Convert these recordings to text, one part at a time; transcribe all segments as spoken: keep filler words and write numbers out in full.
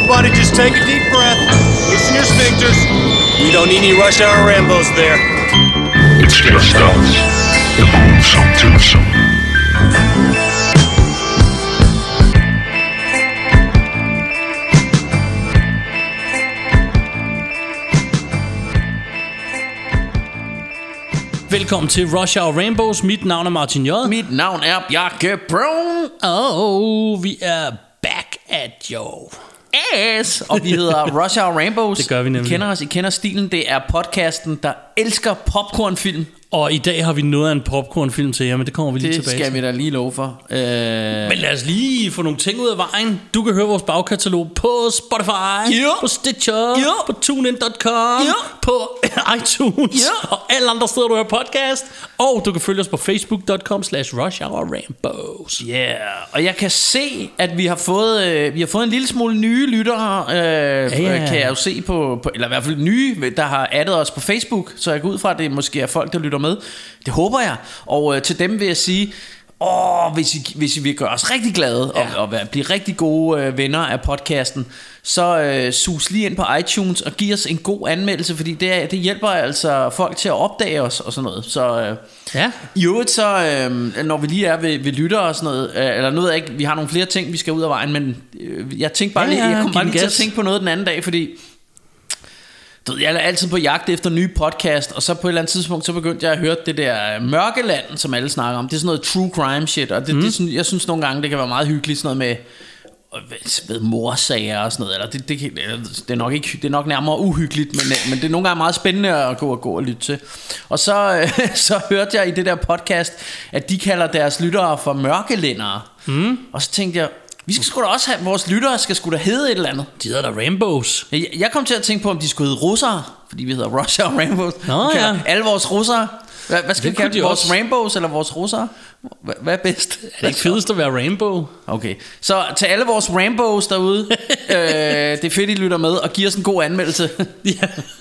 everybody just take a deep breath. Loosen your sphincters. We don't need any rush hour Rambos there. It's just us. The gruesome twosome. Velkommen til Rush Hour Rambos. Mit navn er Martin J. Mit navn er Bjarke Brown. Og vi er back at you. Yes. Og vi hedder Rush Hour Rambos. Det gør vi nemlig. I kender os, I kender stilen. Det er podcasten, der elsker popcornfilm. Og i dag har vi noget af en popcornfilm til jer, men det kommer vi lige det tilbage til. Det skal vi da lige love for. øh... Men lad os lige få nogle ting ud af vejen. Du kan høre vores bagkatalog på Spotify, yeah. på Stitcher, yeah. på TuneIn punktum com, yeah. på iTunes yeah. og alle andre steder, du hører podcast. Og du kan følge os på Facebook punktum com slash Rush Hour Rambos. Ja, yeah. Og jeg kan se, at vi har fået øh, vi har fået en lille smule nye lyttere, øh, ja, ja. Kan jeg jo se på, på, eller i hvert fald nye, der har addet os på Facebook. Så jeg går ud fra, at det måske er folk, der lytter med. Det håber jeg. Og øh, til dem vil jeg sige, åh, hvis, I, hvis I vil gøre os rigtig glade, ja. og, og blive rigtig gode øh, venner af podcasten, så øh, sus lige ind på iTunes og giv os en god anmeldelse, fordi det, det hjælper altså folk til at opdage os og sådan noget. Så øh, ja. i øvrigt så øh, når vi lige er ved, ved lyttere og sådan noget, øh, eller noget ikke, vi har nogle flere ting vi skal ud af vejen, men øh, jeg tænkte bare ja, lige, jeg kom bare lige til at tænke på noget den anden dag, fordi du ved, jeg er altid på jagt efter nye podcast, og så på et eller andet tidspunkt så begyndte jeg at høre det der Mørkeland, som alle snakker om. Det er sådan noget true crime shit, og det, mm. det, jeg synes nogle gange det kan være meget hyggeligt, sådan noget med ved morsager og sådan noget. Eller det, det, det er nok ikke, det er nok nærmere uhyggeligt, men, men det er nogle gange meget spændende at gå og gå og lytte til. Og så så hørte jeg i det der podcast, at de kalder deres lyttere for mørkelændere. Mm. Og så tænkte jeg, vi skal sgu da også have, vores lyttere skal sgu da hedde et eller andet. De hedder da Rambos. Jeg, jeg kom til at tænke på, om de skulle hedde russere, fordi vi hedder Rush Hour Rambos. Nå, ja. Alle vores russere. Hvad, hvad skal det vi kalde de vores også. Rambos eller vores russere? Hvad, hvad er bedst? Er det ikke fedest at være Rainbow? Okay, så til alle vores Rambos derude, øh, det er fedt I lytter med, og giver os en god anmeldelse. Ja.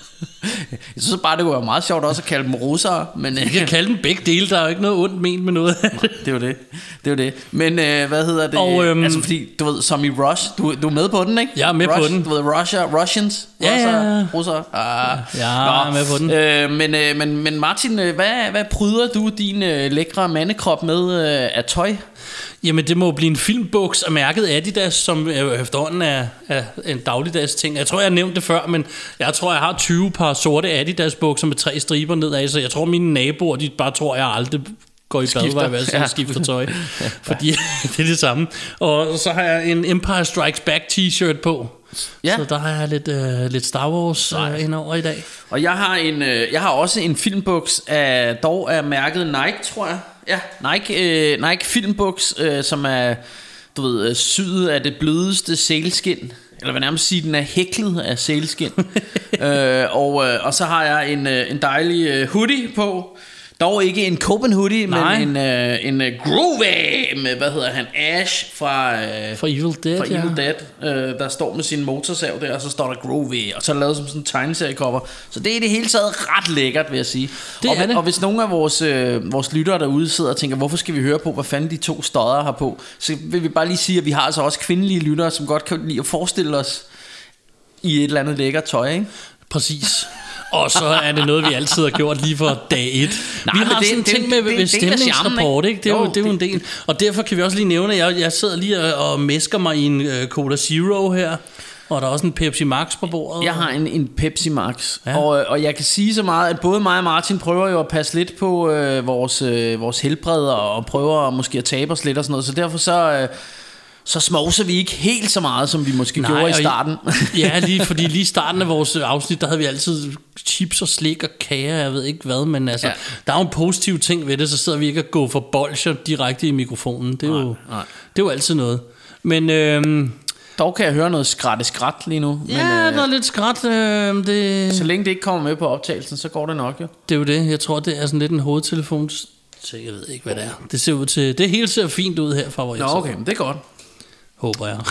Jeg synes bare det kunne være meget sjovt også at kalde dem russere, men vi kan kalde dem begge dele. Der er jo ikke noget ondt ment med noget. Det er jo det. Det er jo det. Men øh, hvad hedder det? Og, øhm, altså fordi du ved, som i Rush, du, du er med på den, ikke? Jeg er med Rush, på den. Du ved Russia, Russians, ja, ja. russere. Ah. Ja, jeg er med på den. Øh, men, øh, men men Martin, hvad hvad pryder du din øh, lækre mandekrop med øh, af tøj? Jamen det må blive en filmbuks af mærket Adidas, som efterhånden er, er en dagligdags ting. Jeg tror jeg har nævnt det før, men jeg tror jeg har tyve par sorte Adidas bukser med tre striber nedad, så jeg tror mine naboer de bare tror jeg aldrig går i badevej ved at skifte tøj. Fordi det er det samme. Og så har jeg en Empire Strikes Back t-shirt på. Ja. Så der har jeg lidt, øh, lidt Star Wars øh, indover i dag. Og jeg har en øh, jeg har også en filmbuks af dog af mærket Nike, tror jeg. Ja, Nike øh, Nike filmbuks, øh, som er du ved syet af det blødeste sælskind. Eller hvad nærmest sige, den er hæklet af sælskind. øh, og, øh, og så har jeg en, øh, en dejlig øh, hoodie på. Dog ikke en Copenhagen hoodie, Nej. men en, øh, en øh, Groovy med, hvad hedder han, Ash fra, øh, fra Evil Dead, fra Evil ja. Dead øh, der står med sin motorsav der, og så står der Groovy, og så er det lavet som sådan en tegneseriecover. Så det er i det hele taget ret lækkert, vil jeg sige. Det og, er det. Og hvis nogle af vores, øh, vores lyttere derude sidder og tænker, hvorfor skal vi høre på, hvad fanden de to stodder har på, så vil vi bare lige sige, at vi har altså også kvindelige lyttere, som godt kan lide at forestille os i et eller andet lækkert tøj, ikke? Præcis. Og så er det noget vi altid har gjort lige fra dag et. Nej, vi har det, sådan en ting med, med stemningsrapport, ikke? Det er jo, det er jo en del. Og derfor kan vi også lige nævne, at jeg, jeg sidder lige og, og mæsker mig i en uh, Cola Zero her. Og der er også en Pepsi Max på bordet. Jeg har en, en Pepsi Max, ja. og, og jeg kan sige så meget, at både mig og Martin prøver jo at passe lidt på øh, vores, øh, vores helbred, og prøver måske at tabe os lidt og sådan noget. Så derfor så... Øh, så smovser vi ikke helt så meget, som vi måske Nej, gjorde i starten. Ja, lige, fordi lige i starten af vores afsnit, der havde vi altid chips og slik og kager, jeg ved ikke hvad, men altså, ja. Der er jo en positiv ting ved det, så sidder vi ikke og går for bolcher direkte i mikrofonen. Det er, nej, jo, nej. Det er jo altid noget. Men øhm, dog kan jeg høre noget skrætte skrat lige nu. Ja, men, øh, der er lidt skrat. Øh, det... Så længe det ikke kommer med på optagelsen, så går det nok jo. Det er jo det. Jeg tror, det er sådan lidt en hovedtelefon. Så jeg ved ikke, hvad det er. Det ser ud til, det hele ser fint ud her fra hvor jeg Nå, okay, det er godt. Håber jeg.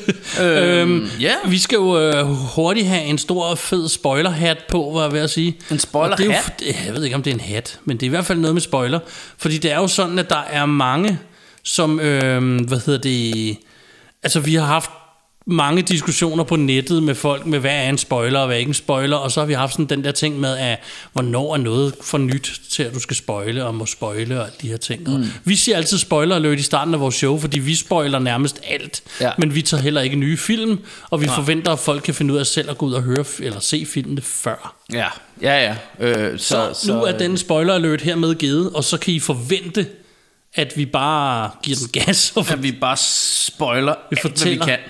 øhm, yeah. Vi skal jo øh, hurtigt have en stor fed spoilerhat på, var jeg ved at sige. En spoilerhat? Jeg ved ikke om det er en hat, men det er i hvert fald noget med spoiler. Fordi det er jo sådan at der er mange som øh, hvad hedder det, altså vi har haft mange diskussioner på nettet med folk med, hvad er en spoiler og hvad er ikke en spoiler, og så har vi haft sådan den der ting med, at hvornår er noget for nyt til, at du skal spoile og må spoile og alle de her ting. Mm. Vi siger altid spoiler alert i starten af vores show, fordi vi spoiler nærmest alt, ja. Men vi tager heller ikke nye film, og vi ja. forventer, at folk kan finde ud af selv at gå ud og høre eller se filmene før. Ja, ja, ja. Øh, så, så, så nu er den spoiler alert hermed givet, og så kan I forvente, at vi bare giver den gas, og at vi bare spoiler vi alt, hvad vi kan.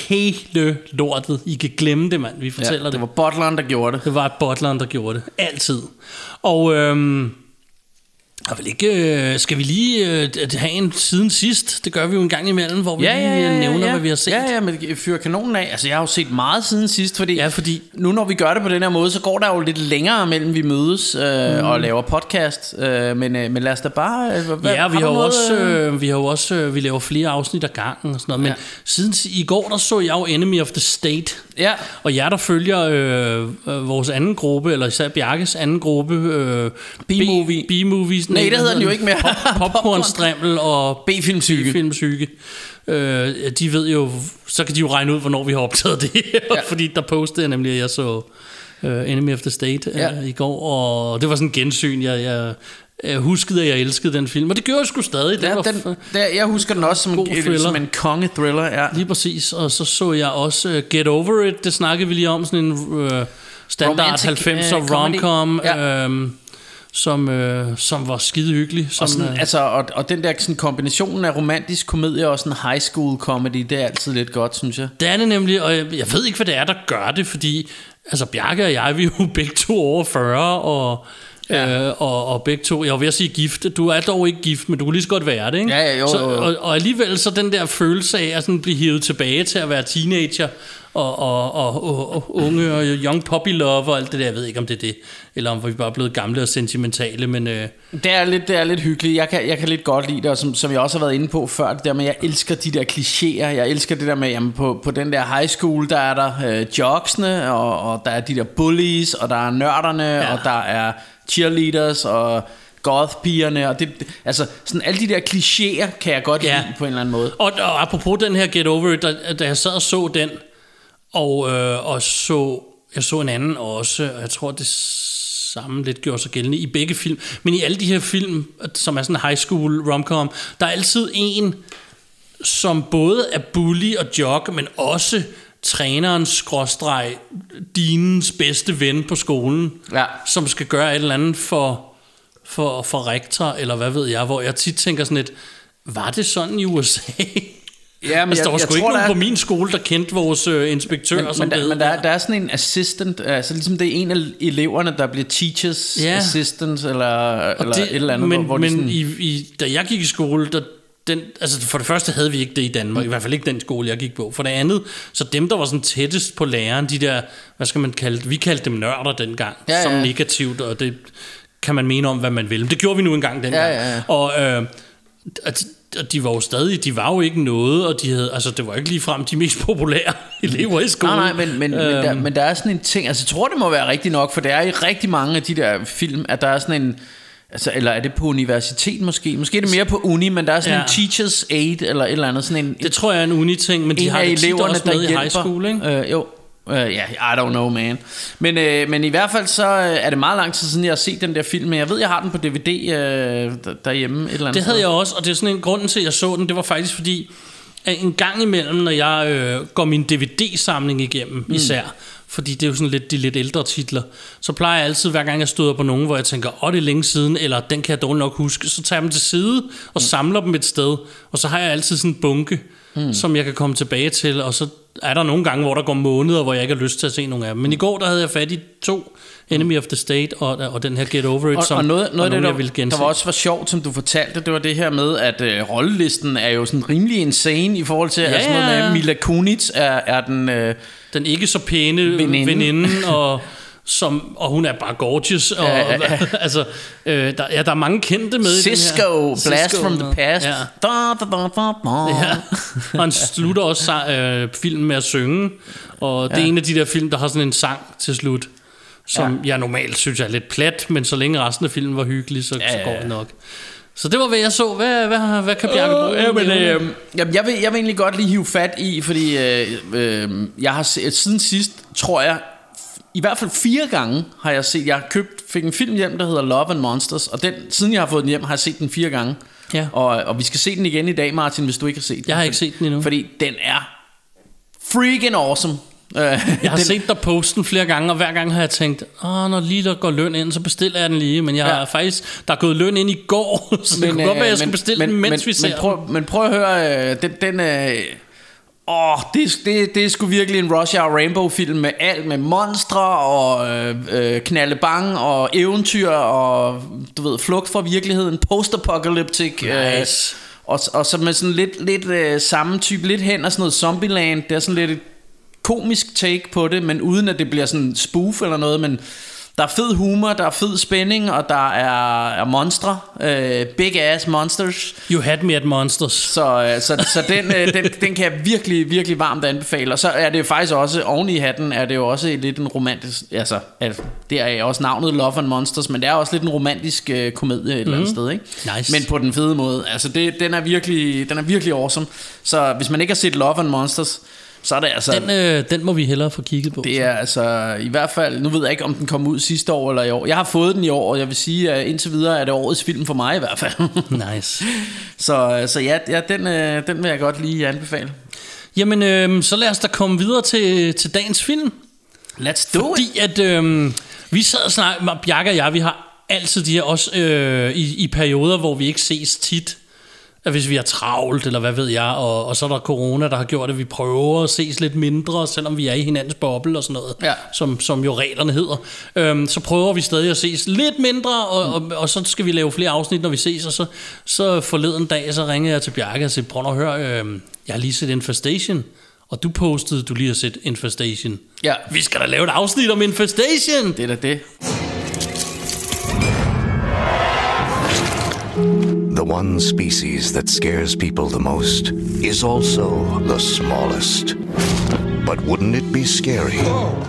Hele lortet. I kan glemme det, mand. Vi fortæller ja, det. Det var butleren, der gjorde det. Det var butleren, der gjorde det. Altid. Og øhm, jeg vil ikke, øh, skal vi lige øh, have en siden sidst? Det gør vi jo en gang imellem, hvor vi ja, lige ja, ja, nævner, ja. hvad vi har set. Ja, ja, men fyrer kanonen af. Altså, jeg har jo set meget siden sidst, fordi, ja, fordi nu når vi gør det på den her måde, så går der jo lidt længere mellem vi mødes øh, mm. og laver podcast. Øh, men, øh, men lad os da bare... Øh, hvad, ja, vi har, har jo også, øh, vi har jo også øh, vi laver flere afsnit ad gangen og sådan noget. Men ja. siden i går, der så jeg jo Enemy of the State. Ja. Og jer, der følger øh, øh, vores anden gruppe, eller især Bjarkes anden gruppe, øh, B-movie. B-movies. Nej, det hedder den jo ikke mere. Pop, popcornstrimmel og B-filmsyge. B-filmsyge. Øh, de ved jo, så kan de jo regne ud, hvornår vi har optaget det. Ja. Fordi der postede jeg nemlig, at jeg så uh, Enemy of the State uh, ja. i går, og det var sådan en gensyn, jeg... jeg Jeg huskede, at jeg elskede den film, og det gjorde jeg sgu stadig. Det ja, var den, f- der, jeg husker den også som en, som en konge-thriller. Ja. Lige præcis, og så så jeg også uh, Get Over It, det snakkede vi lige om, sådan en uh, standard romantic, halvfemser uh, rom-com, ja. øhm, som, øh, som var skide hyggelig. Som, og, sådan, øh, altså, og, og den der sådan, kombinationen af romantisk komedie og sådan high school comedy, det er altid lidt godt, synes jeg. Det er det nemlig, og jeg, jeg ved ikke, hvad det er, der gør det, fordi altså Bjarke og jeg, vi er jo begge to over fyrre, og... Ja. Øh, og, og begge to, jeg var ved at sige gift. Du er dog ikke gift, men du kunne lige så godt være det, ikke? Ja, ja, jo, så, jo, jo. Og, og alligevel så den der følelse af at sådan blive hivet tilbage til at være teenager og, og, og, og, og unge og young puppy love og alt det der. Jeg ved ikke om det er det, eller om vi bare er blevet gamle og sentimentale, men øh... det er lidt, det er lidt hyggeligt. Jeg kan, jeg kan lidt godt lide det, og som, som jeg også har været inde på før, det der med, jeg elsker de der klichéer. Jeg elsker det der med, jamen på, på den der high school, der er der øh, jocksene, og, og der er de der bullies, og der er nørderne, ja. Og der er cheerleaders og goth-pigerne, og det, altså sådan alle de der klichéer kan jeg godt ja. lide på en eller anden måde. Og, og apropos den her Get Over It, da, da jeg sad og så den, og, øh, og så, jeg så en anden også, og jeg tror det samme lidt gjorde sig gældende i begge film, men i alle de her film, som er sådan high school romcom, der er altid en, som både er bully og jock, men også trænerens skråstreg dinens bedste ven på skolen, ja. Som skal gøre et eller andet for, for, for rektor, eller hvad ved jeg, hvor jeg tit tænker sådan lidt, var det sådan i U S A? Ja, men altså, der var sgu ikke nogen er... på min skole, der kendte vores øh, inspektør. Men, som men, der, men der, der er sådan en assistant, altså ligesom det er en af eleverne, der bliver teachers ja. assistant, eller, eller det, et eller andet. Men, hvor, hvor men sådan... i, i, da jeg gik i skole, der Den, altså for det første havde vi ikke det i Danmark, i hvert fald ikke den skole, jeg gik på. For det andet, så dem, der var sådan tættest på læreren, de der, hvad skal man kalde det? Vi kaldte dem nørder dengang, ja, ja. Som negativt, og det kan man mene om, hvad man vil. Men det gjorde vi nu engang dengang. Ja, ja, ja. Og, øh, og de var jo stadig, de var jo ikke noget, og de havde, altså det var ikke ligefrem de mest populære elever i skolen. Nej, nej, men, men, øhm. men, der, men der er sådan en ting, altså jeg tror, det må være rigtigt nok, for det er i rigtig mange af de der film, at der er sådan en, altså, eller er det på universitet måske? Måske er det mere på uni, men der er sådan ja. en teachers aid eller et eller andet sådan en. Det tror jeg er en uni-ting, men de har det tit også med i high school, ikke? Øh, jo. Ja, uh, yeah, I don't know, man. Men, uh, men i hvert fald så er det meget lang tid siden jeg har set den der film. Men jeg ved jeg har den på D V D uh, derhjemme et eller andet. Det havde jeg også. Og det er sådan en grund til at jeg så den. Det var faktisk fordi at en gang imellem, når jeg øh, går min D V D-samling igennem mm. især, fordi det er jo sådan lidt de lidt ældre titler, så plejer jeg altid, hver gang jeg støder på nogen, hvor jeg tænker, åh, det er længe siden, eller den kan jeg dårligt nok huske, så tager jeg dem til side og mm. samler dem et sted, og så har jeg altid sådan en bunke, mm. som jeg kan komme tilbage til, og så er der nogle gange, hvor der går måneder, hvor jeg ikke har lyst til at se nogle af dem. Men i går, der havde jeg fat i to, Enemy of the State og, og den her Get Over It, og, som og noget, noget og det, der, jeg ville gense. Der var også var sjovt, som du fortalte, det var det her med, at øh, rollelisten er jo sådan rimelig insane i forhold til, ja, altså noget med Mila Kunis er, er den... Øh, den ikke så pæne veninde, veninde og... Som, og hun er bare gorgeous og, ja, ja, ja. altså øh, der, ja, der er mange kendte med Cisco, i den her. Blast Cisco, from the Past, ja. Da, da, da, da, da. Ja. Og han slutter også øh, filmen med at synge, og det ja. er en af de der film, der har sådan en sang til slut, som ja. jeg normalt synes er lidt plat, men så længe resten af filmen var hyggelig, så, ja, ja, ja. så går det nok. Så det var, hvad jeg så. Hvad, hvad, hvad kan Bjarke bruge? Uh, jamen, øh, jamen, jeg, vil, jeg vil egentlig godt lige hive fat i, fordi øh, øh, jeg har set, siden sidst, tror jeg, i hvert fald fire gange har jeg set, jeg har købt, fik en film hjem, der hedder Love and Monsters, og den, siden jeg har fået den hjem, har jeg set den fire gange. Ja. Og, og vi skal se den igen i dag, Martin, hvis du ikke har set den. Jeg har ikke set den endnu. Fordi den er freaking awesome. Jeg har den, set dig poste den flere gange, og hver gang har jeg tænkt, åh, når lige der går løn ind, så bestiller jeg den lige. Men jeg ja. har faktisk, der er gået løn ind i går, så men, det kunne øh, godt være, at jeg skal bestille men, den, mens men, vi ser men prøv, men prøv at høre, den, den øh, åh, det, det, det er sgu virkelig en Rush Hour Rainbow-film med alt, med monstre og øh, øh, knaldebang og eventyr og, du ved, flugt fra virkeligheden, post-apocalyptic. Nice. Øh, og, og så med sådan lidt, lidt øh, samme type, lidt hen og sådan noget Zombieland. Det er sådan lidt et komisk take på det, men uden at det bliver sådan spoof eller noget, men der er fed humor, der er fed spænding, og der er, er monstre, øh, big ass monsters. You had me at monsters. Så, øh, så, så den, øh, den, den kan jeg virkelig, virkelig varmt anbefale. Og så er det jo faktisk også, oven i hatten, er det jo også lidt en romantisk, altså, altså det er også navnet Love and Monsters, men det er også lidt en romantisk øh, komedie et eller andet sted, ikke? Nice. Men på den fede måde. Altså det, den er virkelig, den er virkelig awesome. Så hvis man ikke har set Love and Monsters, så er det altså, den, øh, den må vi hellere få kigget på. Det er altså i hvert fald, nu ved jeg ikke om den kom ud sidste år eller i år. Jeg har fået den i år, og jeg vil sige at indtil videre er det årets film for mig i hvert fald. Nice. Så, så ja, ja den, øh, den vil jeg godt lige anbefale. Jamen øh, så lad os da komme videre til, til dagens film. Let's do Fordi it. at øh, vi sad og snakkede, Bjarke og jeg, vi har altid de her også øh, i, i perioder, hvor vi ikke ses tit, at hvis vi er travlt, eller hvad ved jeg, og, og så er der corona, der har gjort, at vi prøver at ses lidt mindre, selvom vi er i hinandens boble og sådan noget, ja. som, som jo reglerne hedder. Øhm, så prøver vi stadig at ses lidt mindre, og, mm. og, og så skal vi lave flere afsnit, når vi ses, og så, så forleden dag, så ringede jeg til Bjarke og sagde, prøv at høre, øh, jeg har lige set Infestation, og du postede, du lige har set Infestation. Ja. Vi skal da lave et afsnit om Infestation! Det er da det. The one species that scares people the most is also the smallest. But wouldn't it be scary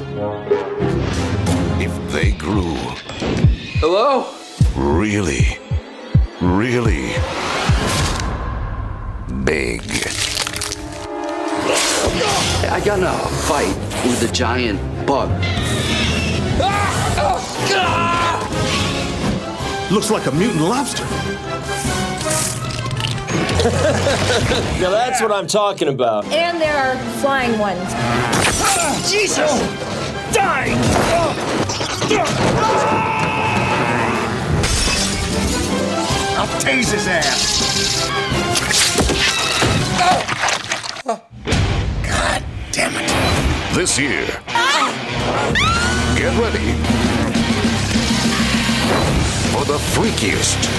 if they grew? Hello? Really, really big. I got in a fight with a giant bug. Looks like a mutant lobster. Now that's what I'm talking about. And there are flying ones. Jesus! Die! I'll tase his ass. God damn it. This year, get ready for the freakiest.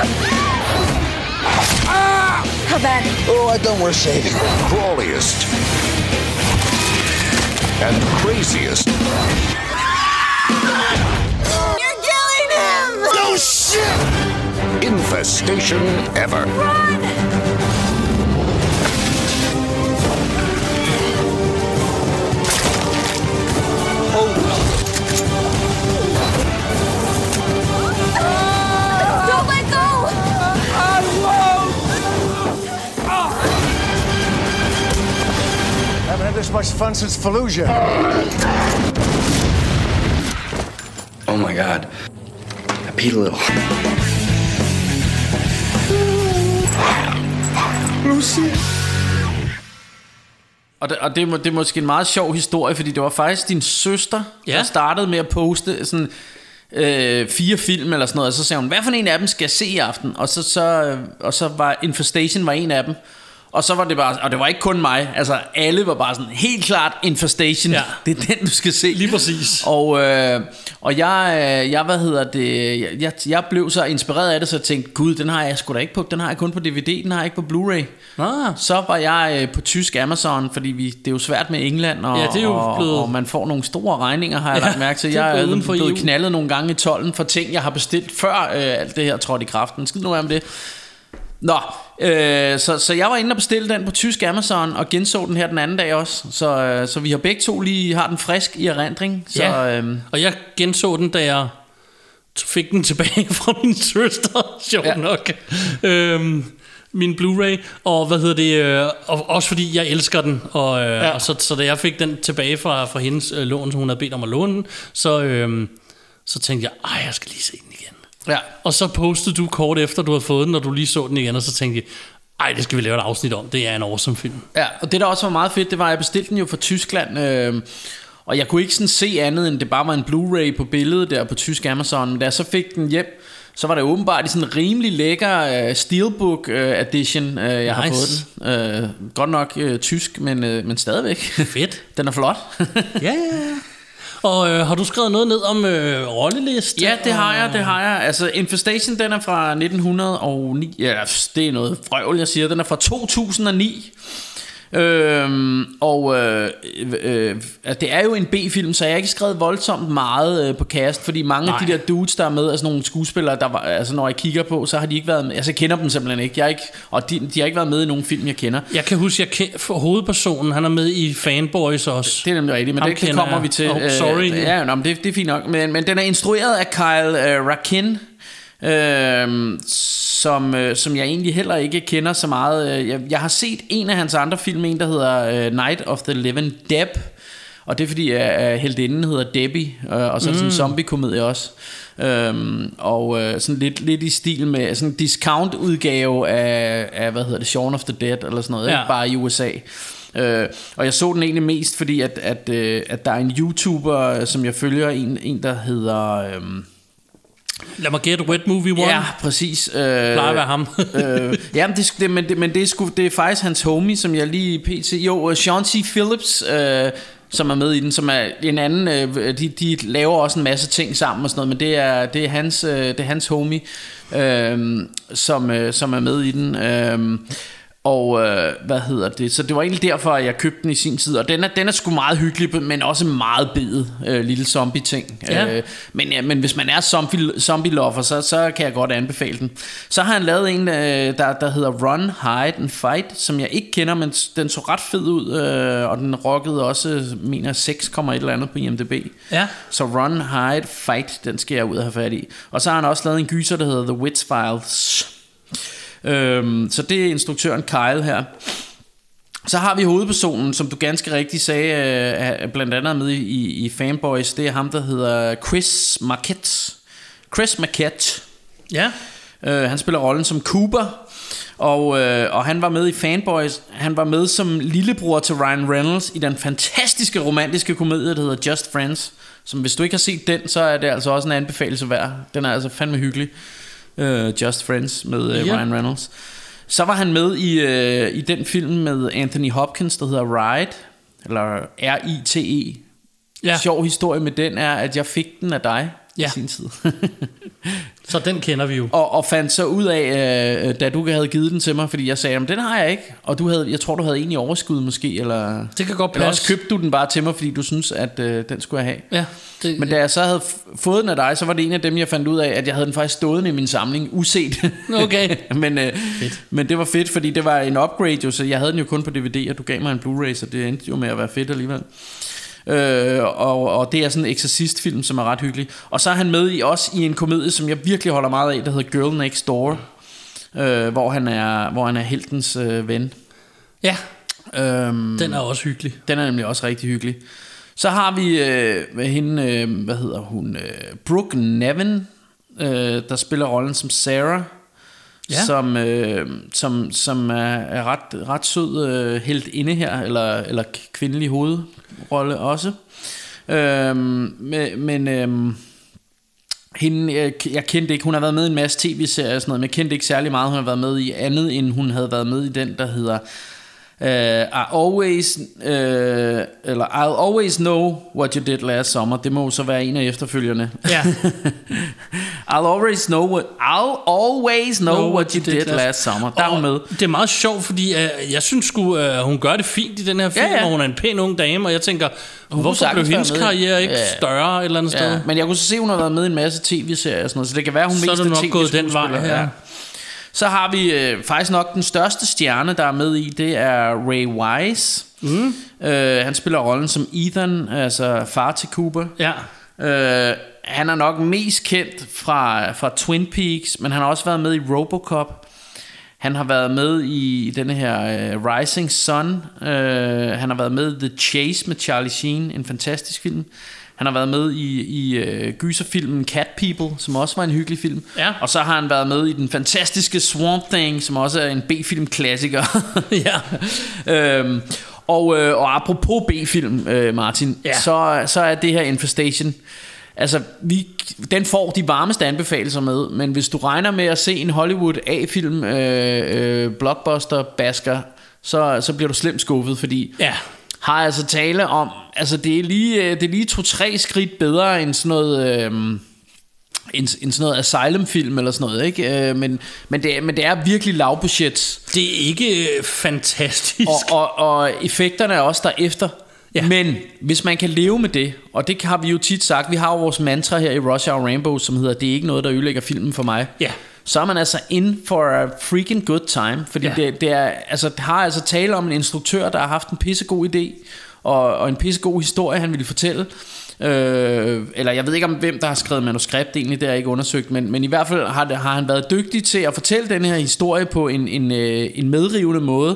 How bad? Oh, I don't wear shaving. Crawliest and craziest. You're killing him! Oh, shit! Infestation ever. Run! Don't let go! I won't! Haven't had this much fun since Fallujah. Oh my god. I peed a little. Lucy. Og, det, og det, er, det er måske en meget sjov historie, fordi det var faktisk din søster, ja. der startede med at poste sådan øh, fire film eller sådan noget, og så sagde hun, hvad for en af dem skal jeg se i aften? Og så, så, og så var Infestation var en af dem. Og så var det bare, og det var ikke kun mig, altså alle var bare sådan, helt klart Infestation, ja. Det er den du skal se. Lige præcis. Og, øh, og jeg, jeg, hvad hedder det, jeg, jeg blev så inspireret af det, så jeg tænkte, gud, den har jeg sgu da ikke på, den har jeg kun på D V D, den har jeg ikke på Blu-ray. Ah. Så var jeg øh, på tysk Amazon, fordi vi, det er jo svært med England, og, ja, det er jo blevet... og, og man får nogle store regninger, har jeg ja, lagt mærke til. Jeg er blevet, blevet knaldet nogle gange i tolden for ting, jeg har bestilt før øh, alt det her trådte i kraften. Skid nu være med det. Nå, øh, så, så jeg var inde og bestilte den på tysk Amazon og genså den her den anden dag også. Så, øh, så vi har begge to lige har den frisk i erindring. Så, ja, øh, og jeg genså den, da jeg fik den tilbage fra min søster, sjov ja. nok. Øhm, min Blu-ray, og hvad hedder det, øh, og også fordi jeg elsker den, og, øh, ja. og så, så da jeg fik den tilbage fra, fra hendes øh, lån, som hun havde bedt om at låne den, så, øh, så tænkte jeg, ej, jeg skal lige se den igen. Ja. Og så postede du kort efter, du havde fået den, og du lige så den igen, og så tænkte jeg, ej, det skal vi lave et afsnit om, det er en awesome film. Ja, og det der også var meget fedt, det var, at jeg bestilte den jo fra Tyskland, øh, og jeg kunne ikke sådan se andet, end det bare var en Blu-ray på billedet der på tysk Amazon, men da jeg så fik den hjem, så var det åbenbart i sådan en rimelig lækker uh, Steelbook uh, edition, uh, jeg nice. har fået den. Uh, godt nok uh, tysk, men, uh, men stadigvæk. Fedt. Den er flot. Ja, ja, ja. Og øh, har du skrevet noget ned om øh, rolleliste? Ja, det har jeg, det har jeg. Altså Infestation, den er fra nitten hundrede og ni. Ja, det er noget frøvl, jeg siger. Den er fra to tusind og ni. Øhm, og øh, øh, det er jo en B-film, så jeg har ikke skrevet voldsomt meget øh, på cast, fordi mange Nej. af de der dudes der er med, altså nogle skuespillere der var, altså når jeg kigger på, så har de ikke været med. Altså jeg kender dem simpelthen ikke, jeg ikke og de, de har ikke været med i nogen film jeg kender. Jeg kan huske, jeg kender, for hovedpersonen, han er med i Fanboys også. Det er nemlig rigtigt, men det, det kommer jeg. vi til. Oh, sorry. Øh, ja, no, men det, det er fint nok, men, men den er instrueret af Kyle øh, Rakin. Øhm, som, øh, som jeg egentlig heller ikke kender så meget. Jeg, jeg har set en af hans andre film, en der hedder uh, Night of the Living Deb, og det er fordi uh, heldinden hedder Debbie, uh, og så er det sådan en zombie-komedie også. Øhm, og uh, sådan lidt, lidt i stil med sådan en discount udgave af, af hvad hedder det, Shaun of the Dead eller sådan noget, ja. Ikke? Bare i U S A. Uh, og jeg så den egentlig mest fordi at, at, uh, at der er en YouTuber, som jeg følger, en, en der hedder um, lad mig gætte, Wet Movie One. Ja, præcis. Øh, plejer at være ham. øh, ja, men, det, det, men, det, men det, er sgu, det er faktisk hans homie, som jeg lige pt. Jo, Sean C. Phillips, øh, som er med i den, som er en anden. Øh, de, de laver også en masse ting sammen og sådan noget, men det er, det er, hans, øh, det er hans homie, øh, som, øh, som er med i den. Øh, Og øh, hvad hedder det? Så det var egentlig derfor at jeg købte den i sin tid. Og den er, den er sgu meget hyggelig, men også meget bedet øh, lille zombie ting. ja. øh, men, ja, men hvis man er zombie, zombie lover, så, så kan jeg godt anbefale den. Så har han lavet en øh, der, der hedder Run, Hide and Fight, som jeg ikke kender, men den så ret fed ud. øh, Og den rockede også, mener seks, et eller andet på I M D B. ja. Så Run, Hide, Fight, den skal jeg ud og have fat i. Og så har han også lavet en gyser der hedder The Witch Files. Øhm, så det er instruktøren Kyle her. Så har vi hovedpersonen, som du ganske rigtigt sagde, øh, blandt andet med i, i Fanboys. Det er ham der hedder Chris Marquette. Chris Marquette. Ja. øh, Han spiller rollen som Cooper. Og, øh, og han var med i Fanboys. Han var med som lillebror til Ryan Reynolds i den fantastiske romantiske komedie der hedder Just Friends, som hvis du ikke har set den, så er det altså også en anbefalelse værd. Den er altså fandme hyggelig. Uh, Just Friends med uh, yeah. Ryan Reynolds. Så var han med i, uh, i den film med Anthony Hopkins, der hedder Ride, eller R I T E. Ja. Sjov historie med den er, at jeg fik den af dig ja. i sin tid. Så den kender vi jo. Og, og fandt så ud af, uh, da du havde givet den til mig, fordi jeg sagde, den har jeg ikke. Og du havde, jeg tror du havde en i overskud måske, eller det kan godt eller passe. Også købte du den bare til mig, fordi du synes at uh, den skulle jeg have. Ja. Det, Men da jeg så havde f- fået den af dig, så var det en af dem jeg fandt ud af, at jeg havde den faktisk stående i min samling uset. Okay. men, øh, men det var fedt, fordi det var en upgrade jo, så jeg havde den jo kun på D V D, og du gav mig en Blu-ray, så det endte jo med at være fedt alligevel. Øh, og, og det er sådan en Exorcist-film, som er ret hyggelig. Og så er han med i også i en komedie, som jeg virkelig holder meget af, der hedder Girl Next Door, øh, hvor han er hvor han er heltens øh, ven. Ja. Øhm, den er også hyggelig. Den er nemlig også rigtig hyggelig. Så har vi øh, hende, øh, hvad hedder hun, øh, Brooke Nevin, øh, der spiller rollen som Sarah, ja. som, øh, som, som er, er ret, ret sød øh, helt inde her, eller, eller kvindelig hovedrolle også. Øh, men men øh, hende, jeg, jeg kendte ikke, hun har været med i en masse tv-serier og sådan noget, men jeg kendte ikke særlig meget, hun har været med i andet, end hun havde været med i den, der hedder Uh, I always uh, eller I'll always know what you did last summer. Det må så være en af efterfølgerne. Ja. I'll always know what I'll always know, know what you did, did last, last summer. Der er hun med. Det er meget sjovt, fordi uh, jeg synes sgu uh, hun gør det fint i den her film, ja, ja. Og hun er en pæn ung dame, og jeg tænker, hun hvorfor blev hendes karriere ikke ja. større et eller andet ja. sted? Men jeg kunne så se, hun har været med i en masse tv-serier og sådan noget, så det kan være hun så mest er det nok gået den vej her. Ja. Så har vi øh, faktisk nok den største stjerne, der er med i, det er Ray Wise. Mm. øh, Han spiller rollen som Ethan, altså far til Cooper. Ja. Øh, han er nok mest kendt fra, fra Twin Peaks, men han har også været med i Robocop. Han har været med i denne her uh, Rising Sun. uh, Han har været med i The Chase med Charlie Sheen, en fantastisk film. Han har været med i, i uh, gyserfilmen Cat People, som også var en hyggelig film. Ja. Og så har han været med i den fantastiske Swamp Thing, som også er en B-film-klassiker. Ja. øhm, og, øh, og apropos B-film, øh, Martin, ja. så, så er det her Infestation. Altså, vi, den får de varmeste anbefalinger med, men hvis du regner med at se en Hollywood A-film, øh, øh, blockbuster-basker, så, så bliver du slemt skuffet, fordi ja. har altså tale om, altså det er lige, det er lige to-tre skridt bedre end sådan noget... Øh, En, en sådan noget asylum-film eller sådan noget, ikke? Øh, men, men, det, men det er virkelig lavbudget. Det er ikke øh, fantastisk. Og, og, og effekterne er også derefter. Ja. Men hvis man kan leve med det, og det har vi jo tit sagt, vi har jo vores mantra her i Rush Hour Rambo, som hedder, det er ikke noget, der ødelægger filmen for mig. Ja. Så er man altså in for a freaking good time. Fordi ja. det, det, er, altså, det har altså tale om en instruktør, der har haft en pissegod idé, og, og en pissegod historie, han ville fortælle. Øh, eller jeg ved ikke om hvem der har skrevet manuskript, egentlig det er ikke undersøgt, men, men i hvert fald har, det, har han været dygtig til at fortælle den her historie på en, en, en medrivende måde.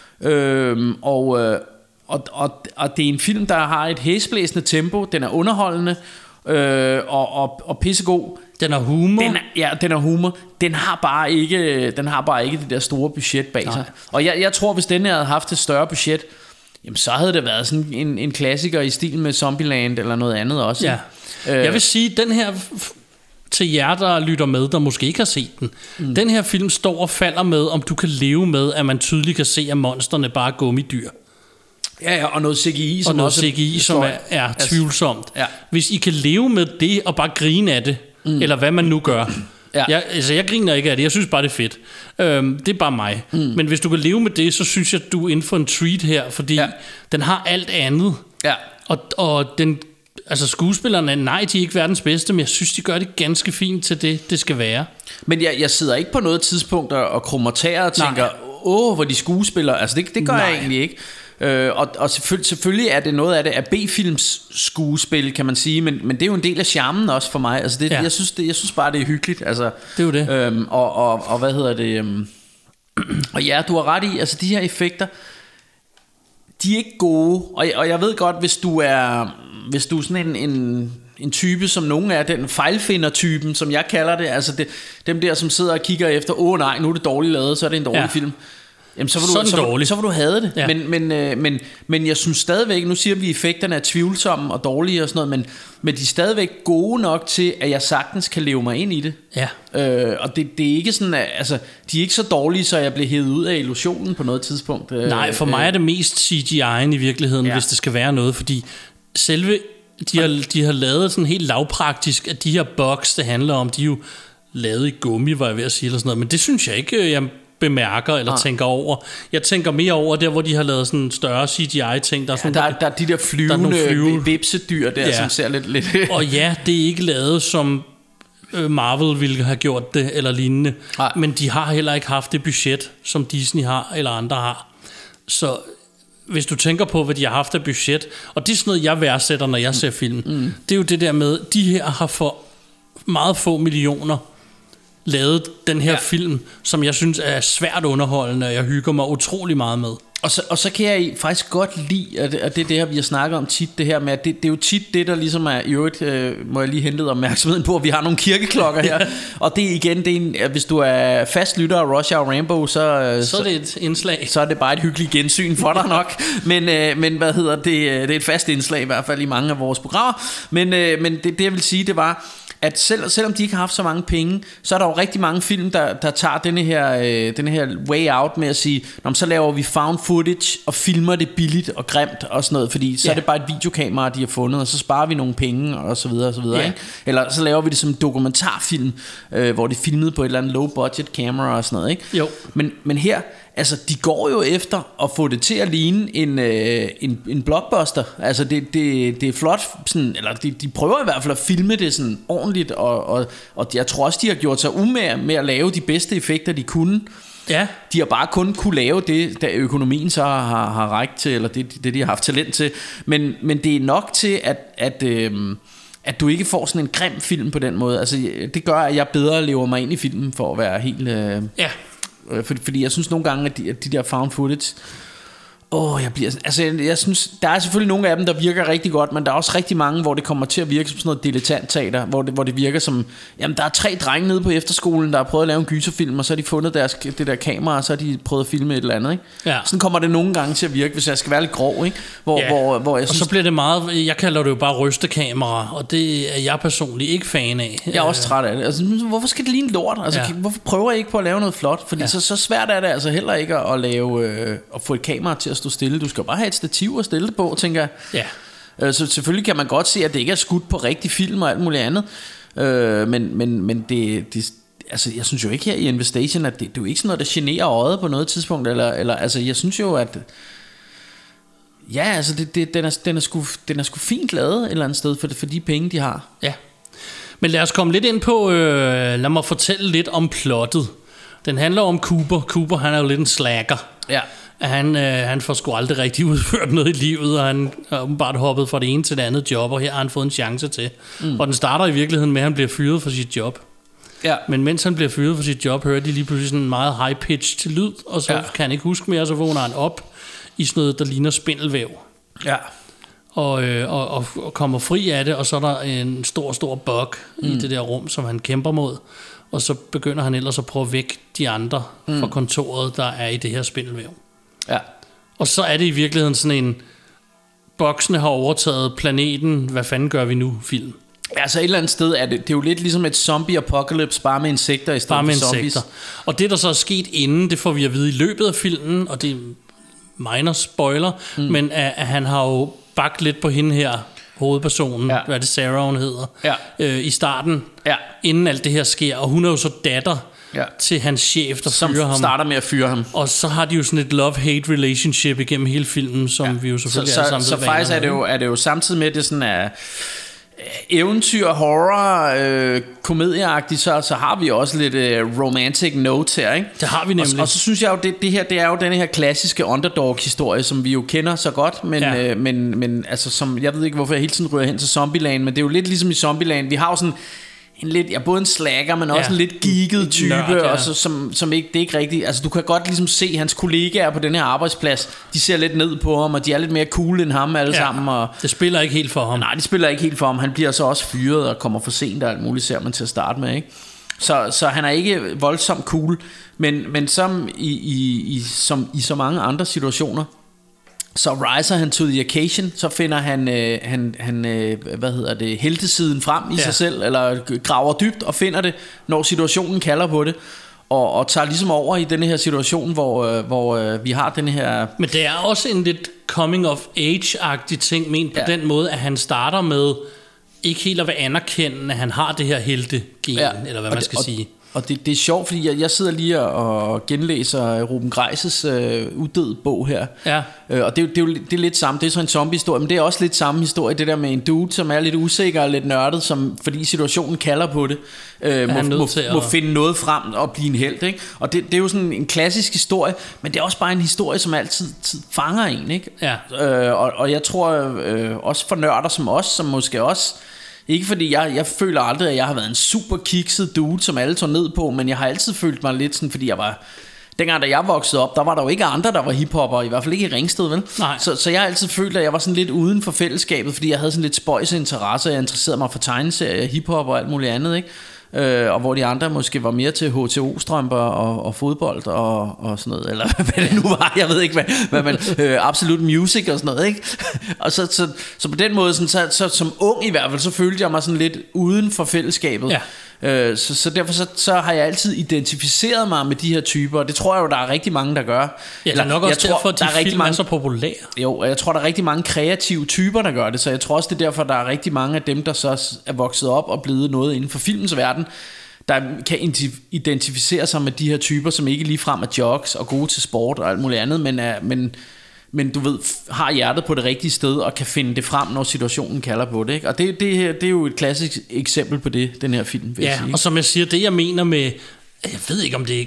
øh, og, og, og, og det er en film, der har et hæsblæsende tempo. Den er underholdende øh, og, og, og pissegod. Den har humor. Den er, ja, den er humor. Den har bare ikke, den har bare ikke det der store budget bag sig. Og jeg, jeg tror, hvis den havde haft et større budget, jamen så havde det været sådan en, en klassiker i stil med Zombieland eller noget andet også. Ja. øh. Jeg vil sige, den her, til jer der lytter med, der måske ikke har set den, mm. den her film står og falder med, om du kan leve med, at man tydeligt kan se, at monsterne bare er gummidyr. Ja, ja, og noget C G I, som og noget også C G I, som er, er tvivlsomt. Ja. Hvis I kan leve med det og bare grine af det, mm. eller hvad man nu gør. Ja. Jeg, altså jeg griner ikke af det, jeg synes bare det er fedt. øhm, Det er bare mig. mm. Men hvis du kan leve med det, så synes jeg du er inden for en treat her. Fordi ja. den har alt andet. Ja. Og, og den, altså skuespillerne, nej, de er ikke verdens bedste, men jeg synes de gør det ganske fint til det det skal være. Men jeg, jeg sidder ikke på noget tidspunkt og krummer tæer og tænker, åh, hvor de skuespiller. Altså det, det gør nej. jeg egentlig ikke. Øh, og og selvfølgelig, selvfølgelig er det noget af det af B-films skuespil, kan man sige, men, men det er jo en del af charmen også for mig. Altså det, ja. jeg, synes, det, jeg synes bare det er hyggeligt. Altså, det er jo det. øhm, og, og, og hvad hedder det øhm, og ja, du har ret i, altså de her effekter, de er ikke gode. Og, og jeg ved godt, hvis du er hvis du er sådan en, en en type, som nogen er, den fejlfinder-typen, som jeg kalder det, altså det, dem der, som sidder og kigger efter, åh nej, nu er det dårligt lavet, så er det en dårlig ja. film. Jamen, så, vil du, så, så, så vil du have det. Ja. men, men, øh, men, men jeg synes stadigvæk, nu siger vi, at effekterne er tvivlsomme og dårlige og sådan noget, men, men de er stadigvæk gode nok til, at jeg sagtens kan leve mig ind i det. Ja. øh, Og det, det er ikke sådan, at, altså, de er ikke så dårlige, så jeg bliver hævet ud af illusionen på noget tidspunkt. Nej, for mig er det mest C G I'en i virkeligheden, ja. hvis det skal være noget, fordi selve de har, de har lavet sådan helt lavpraktisk, at de her bugs, det handler om, de er jo lavet i gummi, var jeg ved at sige, eller sådan noget, men det synes jeg ikke, jeg bemærker eller ah. tænker over. Jeg tænker mere over der, hvor de har lavet sådan større C G I-ting. Der er, sådan, ja, der, der er de der flyvende flyve. vipsedyr der, ja. som ser lidt... lidt og ja, det er ikke lavet som Marvel ville have gjort det, eller lignende. Ah. Men de har heller ikke haft det budget, som Disney har, eller andre har. Så hvis du tænker på, hvad de har haft af budget, og det er sådan noget, jeg værdsætter, når jeg ser film, mm. det er jo det der med, de her har for meget få millioner lavet den her ja. film, som jeg synes er svært underholdende, og jeg hygger mig utrolig meget med. Og så, og så kan jeg faktisk godt lide, at det, at det er det her, vi har snakket om tit, det her med, at det, det er jo tit det, der ligesom er, i øvrigt øh, må jeg lige hente opmærksomheden på, at vi har nogle kirkeklokker her, og det igen, det er en, at hvis du er fast lytter af Rush Hour Rambo, så, så er det et indslag. Så er det bare et hyggeligt gensyn for dig nok, men, øh, men hvad hedder det, det er et fast indslag i hvert fald i mange af vores programmer, men, øh, men det, det jeg vil sige, det var, at selv, selvom de ikke har haft så mange penge, så er der jo rigtig mange film, der, der tager denne her, øh, denne her way out med at sige, så laver vi found footage og filmer det billigt og grimt og sådan noget, fordi så yeah. er det bare et videokamera, de har fundet, og så sparer vi nogle penge og så videre og så videre, yeah. ikke? Eller så laver vi det som en dokumentarfilm, øh, hvor det er filmet på et eller andet low budget camera og sådan noget, ikke? Jo. Men, men her, altså de går jo efter at få det til at ligne en, øh, en, en blockbuster. Altså det, det, det er flot sådan, eller de, de prøver i hvert fald at filme det sådan ordentligt, og, og, og jeg tror også de har gjort sig umage med at lave de bedste effekter de kunne. Ja. De har bare kun kunne lave det, der økonomien så har, har rækket til, eller det, det de har haft talent til. Men, men det er nok til at, at øh, at du ikke får sådan en grim film på den måde. Altså det gør, at jeg bedre lever mig ind i filmen for at være helt øh, ja. øh, fordi, fordi jeg synes nogle gange at de, at de der found footage, Åh, oh, jeg bliver altså jeg, jeg synes der er selvfølgelig nogle af dem der virker rigtig godt, men der er også rigtig mange hvor det kommer til at virke som sådan noget dilettantteater, hvor det hvor det virker som jamen der er tre drenge nede på efterskolen der har prøvet at lave en gyserfilm, og så har de fundet deres det der kamera, og så har de prøvet at filme et eller andet, ikke? Ja. Sådan kommer det nogle gange til at virke, hvis jeg skal være lidt grov, ikke? Hvor ja. hvor hvor jeg synes, og så bliver det meget, jeg kalder det jo bare rystekamera, og det er jeg personligt ikke fan af. Jeg er også træt af det. Altså hvorfor skal det ligne lort? Altså ja. hvorfor prøver jeg ikke på at lave noget flot? Fordi ja. så så svært er det altså heller ikke at lave øh, at få et kamera til at stå stille. Du skal bare have et stativ at stille det på, tænker jeg. Ja. Øh, så selvfølgelig kan man godt se, at det ikke er skudt på rigtig film og alt muligt andet. Øh, men men, men det, det, altså, jeg synes jo ikke her i Infestation, at det, det er jo ikke sådan noget, der generer øjet på noget tidspunkt. Eller, eller, altså, jeg synes jo, at... Ja, altså, det, det, den, er, den, er sgu, den er sgu fint lavet et eller andet sted for, for de penge, de har. Ja. Men lad os komme lidt ind på... Øh, lad mig fortælle lidt om plottet. Den handler om Cooper. Cooper, han er jo lidt en slacker. Ja. Han, øh, han får sgu aldrig rigtig udført noget i livet, og han har åbenbart hoppet fra det ene til det andet job, og her har han fået en chance til. Mm. Og den starter i virkeligheden med, at han bliver fyret for sit job. Ja. Men mens han bliver fyret for sit job, hører de lige pludselig sådan en meget high-pitched lyd, og så ja. kan han ikke huske mere, og så vågner han op i sådan noget, der ligner spindelvæv. Ja. Og, øh, og, og, og kommer fri af det, og så er der en stor, stor bug mm. i det der rum, som han kæmper mod. Og så begynder han ellers at prøve at vække de andre mm. fra kontoret, der er i det her spindelvæv. Ja. Og så er det i virkeligheden sådan en boksene har overtaget planeten, hvad fanden gør vi nu film. Altså et eller andet sted er det, det er jo lidt ligesom et zombie apocalypse, bare med insekter i stedet bare med for zombies. Insekter. Og det der så er sket inden, det får vi at vide i løbet af filmen, og det er minor spoiler, mm. men at, at han har jo bagt lidt på hende her, hovedpersonen, ja. hvad det Sarah hun hedder, ja. øh, i starten, ja. inden alt det her sker, og hun er jo så datter ja. til hans chef, der som fyrer ham. starter med at fyre ham. Og så har de jo sådan et love-hate relationship igennem hele filmen, som ja. vi jo selvfølgelig så, alle sammen så, så faktisk er det, jo, er det jo samtidig med, at det sådan er eventyr, horror, øh, komedieagtigt, så, så har vi også lidt øh, romantic note her, ikke? Det har vi nemlig. Og, og så synes jeg jo, det, det her, det er jo den her klassiske underdog-historie, som vi jo kender så godt, men, ja. øh, men, men altså, som, jeg ved ikke, hvorfor jeg hele tiden ryger hen til Zombieland, men det er jo lidt ligesom i Zombieland, vi har jo sådan en lidt, ja, både en slacker, men også ja. en lidt geeket type, Nørd, ja. og så, som, som ikke, det er ikke rigtigt, altså du kan godt ligesom se, hans kollegaer på den her arbejdsplads, de ser lidt ned på ham, og de er lidt mere cool end ham alle ja. sammen. Og det spiller ikke helt for ham. Nej, det spiller ikke helt for ham, han bliver så også fyret og kommer for sent og alt muligt, ser man til at starte med, ikke? Så, så han er ikke voldsomt cool, men, men som i, i, i, som i så mange andre situationer, så riser han to the occasion, så finder han, øh, han, han øh, hvad hedder det, heltesiden frem i ja. sig selv, eller graver dybt og finder det, når situationen kalder på det, og, og tager ligesom over i denne her situation, hvor, øh, hvor øh, vi har denne her... Men det er også en lidt coming of age-agtig ting, men på ja. den måde, at han starter med ikke helt at være anerkendende, at han har det her heltegen, ja. eller hvad man skal og, sige. Og det, det er sjovt, fordi jeg, jeg sidder lige og genlæser Ruben Greises øh, uddød bog her. Ja. Øh, og det, det, er jo, det er lidt samme, det er så en zombie-historie, men det er også lidt samme historie, det der med en dude, som er lidt usikker og lidt nørdet, som, fordi situationen kalder på det, øh, må, må, at... må finde noget frem og blive en helt, ikke? Og det, det er jo sådan en klassisk historie, men det er også bare en historie, som altid tid fanger en, ikke? Ja. Øh, og, og jeg tror øh, også for nørder som os, som måske også... Ikke fordi jeg, jeg føler aldrig, at jeg har været en super kikset dude, som alle tog ned på, men jeg har altid følt mig lidt sådan, fordi jeg var... Dengang da jeg voksede op, der var der jo ikke andre, der var hiphopper, i hvert fald ikke i Ringsted, vel? Så, så jeg har altid følt, at jeg var sådan lidt uden for fællesskabet, fordi jeg havde sådan lidt spøjse interesse, jeg interesserede mig for tegneserier, hiphop og alt muligt andet, ikke? Øh, og hvor de andre måske var mere til H T O-strømper og, og fodbold og, og sådan noget, eller hvad det nu var, jeg ved ikke hvad, hvad man, øh, Absolute Music og sådan noget, ikke? Og så, så, så på den måde sådan, så, så som ung i hvert fald, så følte jeg mig sådan lidt uden for fællesskabet. Ja. Øh, så, så derfor så, så har jeg altid identificeret mig med de her typer, og det tror jeg jo, der er rigtig mange, der gør. Ja, det er nok også jeg derfor, tror, at de film mange, er så populære. Jo, og jeg tror, der er rigtig mange kreative typer, der gør det, så jeg tror også, det er derfor, der er rigtig mange af dem, der så er vokset op og blevet noget inden for filmens verden, der kan identificere sig med de her typer, som ikke ligefrem er jocks og gode til sport og alt muligt andet, men, er, men, men du ved, har hjertet på det rigtige sted og kan finde det frem, når situationen kalder på det, ikke? Og det, det, her, det er jo et klassisk eksempel på det, den her film, vil ja, jeg sige. Og som jeg siger, det jeg mener med, jeg ved ikke om det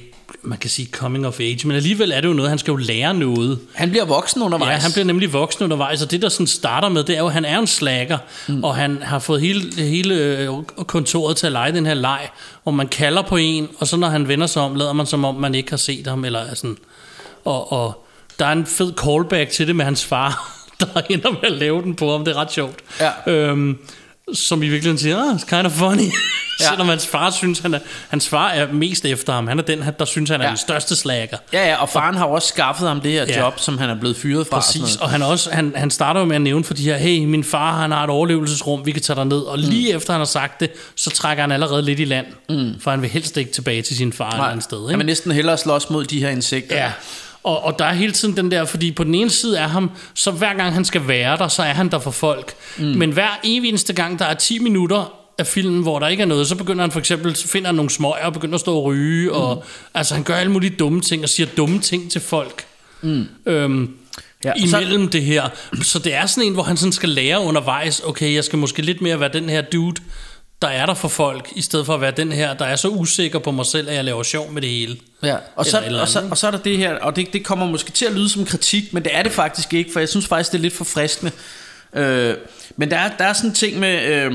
man kan sige coming of age, men alligevel er det jo noget, han skal jo lære noget. Han bliver voksen undervejs. Ja, han bliver nemlig voksen undervejs, og det der sådan starter med, det er jo, at han er en slacker, mm. og han har fået hele, hele kontoret til at lege den her leg, hvor man kalder på en, og så når han vender sig om, lader man som om, man ikke har set ham, eller sådan. Og, og der er en fed callback til det med hans far, der ender med at lave den på ham, det er ret sjovt. Ja. Øhm, som i virkeligheden siger, ah, it's kind of funny. Ja. Selvom hans far synes, han er, hans far er mest efter ham. Han er den, der synes, han er ja. den største slager. Ja, ja, og faren og, har også skaffet ham det her ja. job, som han er blevet fyret fra. Præcis, og, og han, også, han, han starter jo med at nævne for de her, hey, min far, han har et overlevelsesrum, vi kan tage dig ned. Og lige mm. efter han har sagt det, så trækker han allerede lidt i land. Mm. For han vil helst ikke tilbage til sin far et eller andet sted. Ikke? Han vil næsten hellere slås mod de her insekter. Ja. Og, og der er hele tiden den der, fordi på den ene side er ham, så hver gang han skal være der, så er han der for folk. Mm. Men hver eneste gang, der er ti minutter af filmen, hvor der ikke er noget, så begynder han for eksempel, finder han nogle smøger og begynder at stå og ryge, mm. og altså han gør alle mulige dumme ting og siger dumme ting til folk. Mm. Øhm, ja, imellem så... det her. Så det er sådan en, hvor han sådan skal lære undervejs, okay, jeg skal måske lidt mere være den her dude, der er der for folk, i stedet for at være den her, der er så usikker på mig selv, at jeg laver sjov med det hele. Ja, og så, og, så, og så er der det her, og det, det kommer måske til at lyde som kritik, men det er det faktisk ikke, for jeg synes faktisk, det er lidt forfriskende. Øh, men der er, der er sådan en ting med, øh,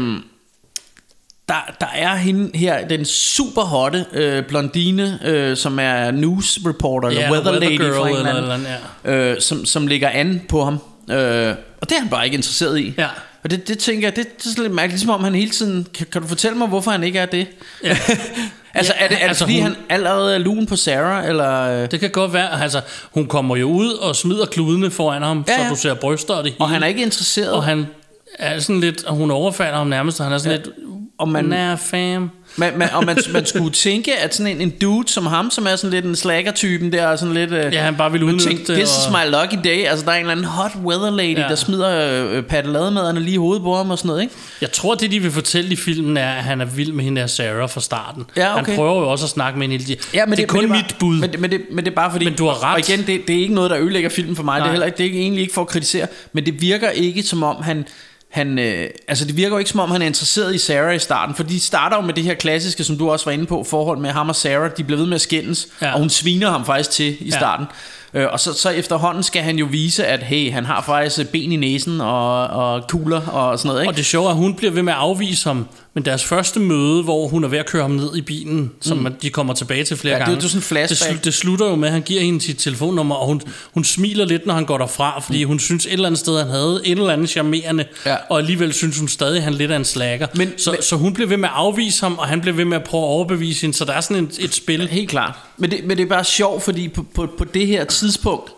der, der er hende her, den super hotte øh, blondine, øh, som er news reporter, yeah, eller weather, weather lady fra en eller anden, ja. øh, som, som lægger an på ham. Øh, og det er han bare ikke interesseret i. Ja. Og det, det tænker jeg, det, det er sådan lidt mærkeligt, ligesom om han hele tiden, kan, kan du fortælle mig, hvorfor han ikke er det? Ja. altså ja, er det, er det altså, fordi hun, han allerede er lun på Sarah, eller? Det kan godt være, altså hun kommer jo ud og smider kludene foran ham, ja, ja. Så du ser bryster og det hele. Og han er ikke interesseret. Og han er sådan lidt, og hun overfalder ham nærmest, og han er sådan ja. lidt, og man, nær fam. Man, man, og man, man skulle tænke, at sådan en, en dude som ham, som er sådan lidt en slacker-typen der, og sådan lidt... Ja, han bare vil udnytte det. This is my lucky day. Altså, der er en eller anden hot weather lady, ja. der smider øh, pattelademæderne lige i hovedet på ham og sådan noget, ikke? Jeg tror, det de vil fortælle i filmen er, at han er vild med hende der Sarah fra starten. Ja, okay. Han prøver jo også at snakke med hende hele tiden. Ja, men det, det er kun det er bare, mit bud. Men, men, det, men det er bare fordi... Men du har ret. Og igen, det, det er ikke noget, der ødelægger filmen for mig. Det er, heller, det er egentlig ikke for at kritisere. Men det virker ikke som om han... Han, øh, altså det virker jo ikke som om han er interesseret i Sarah i starten, for de starter jo med det her klassiske, som du også var inde på, forhold med ham og Sarah. De bliver ved med at skændes, ja. Og hun sviner ham faktisk til i starten, ja. øh, Og så, så efterhånden skal han jo vise, at hey, han har faktisk ben i næsen og, og kugler og sådan noget, ikke? Og det sjove er, at hun bliver ved med at afvise ham. Men deres første møde, hvor hun er ved at køre ham ned i bilen, som mm. de kommer tilbage til flere ja, gange, det er jo sådan en flashback. Det, det slutter jo med, at han giver hende sit telefonnummer, og hun, hun smiler lidt, når han går derfra, fordi mm. hun synes et eller andet sted, han havde et eller andet charmerende, ja. Og alligevel synes hun stadig, at han lidt er en slacker. Men, så, men, så hun bliver ved med at afvise ham, og han bliver ved med at prøve at overbevise hende, så der er sådan et, et spil. Helt klart. Men det, men det er bare sjovt, fordi på, på, på det her tidspunkt,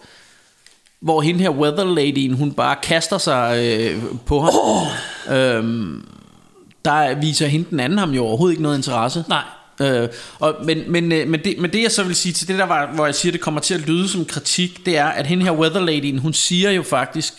hvor hende her weather ladyen, hun bare kaster sig øh, på ham, oh. øhm, der viser hende den anden ham jo overhovedet ikke noget interesse. Nej. Øh, og, men, men, men, det, men det jeg så vil sige til det der var, hvor jeg siger det kommer til at lyde som kritik, det er at hende her weather ladyen, hun siger jo faktisk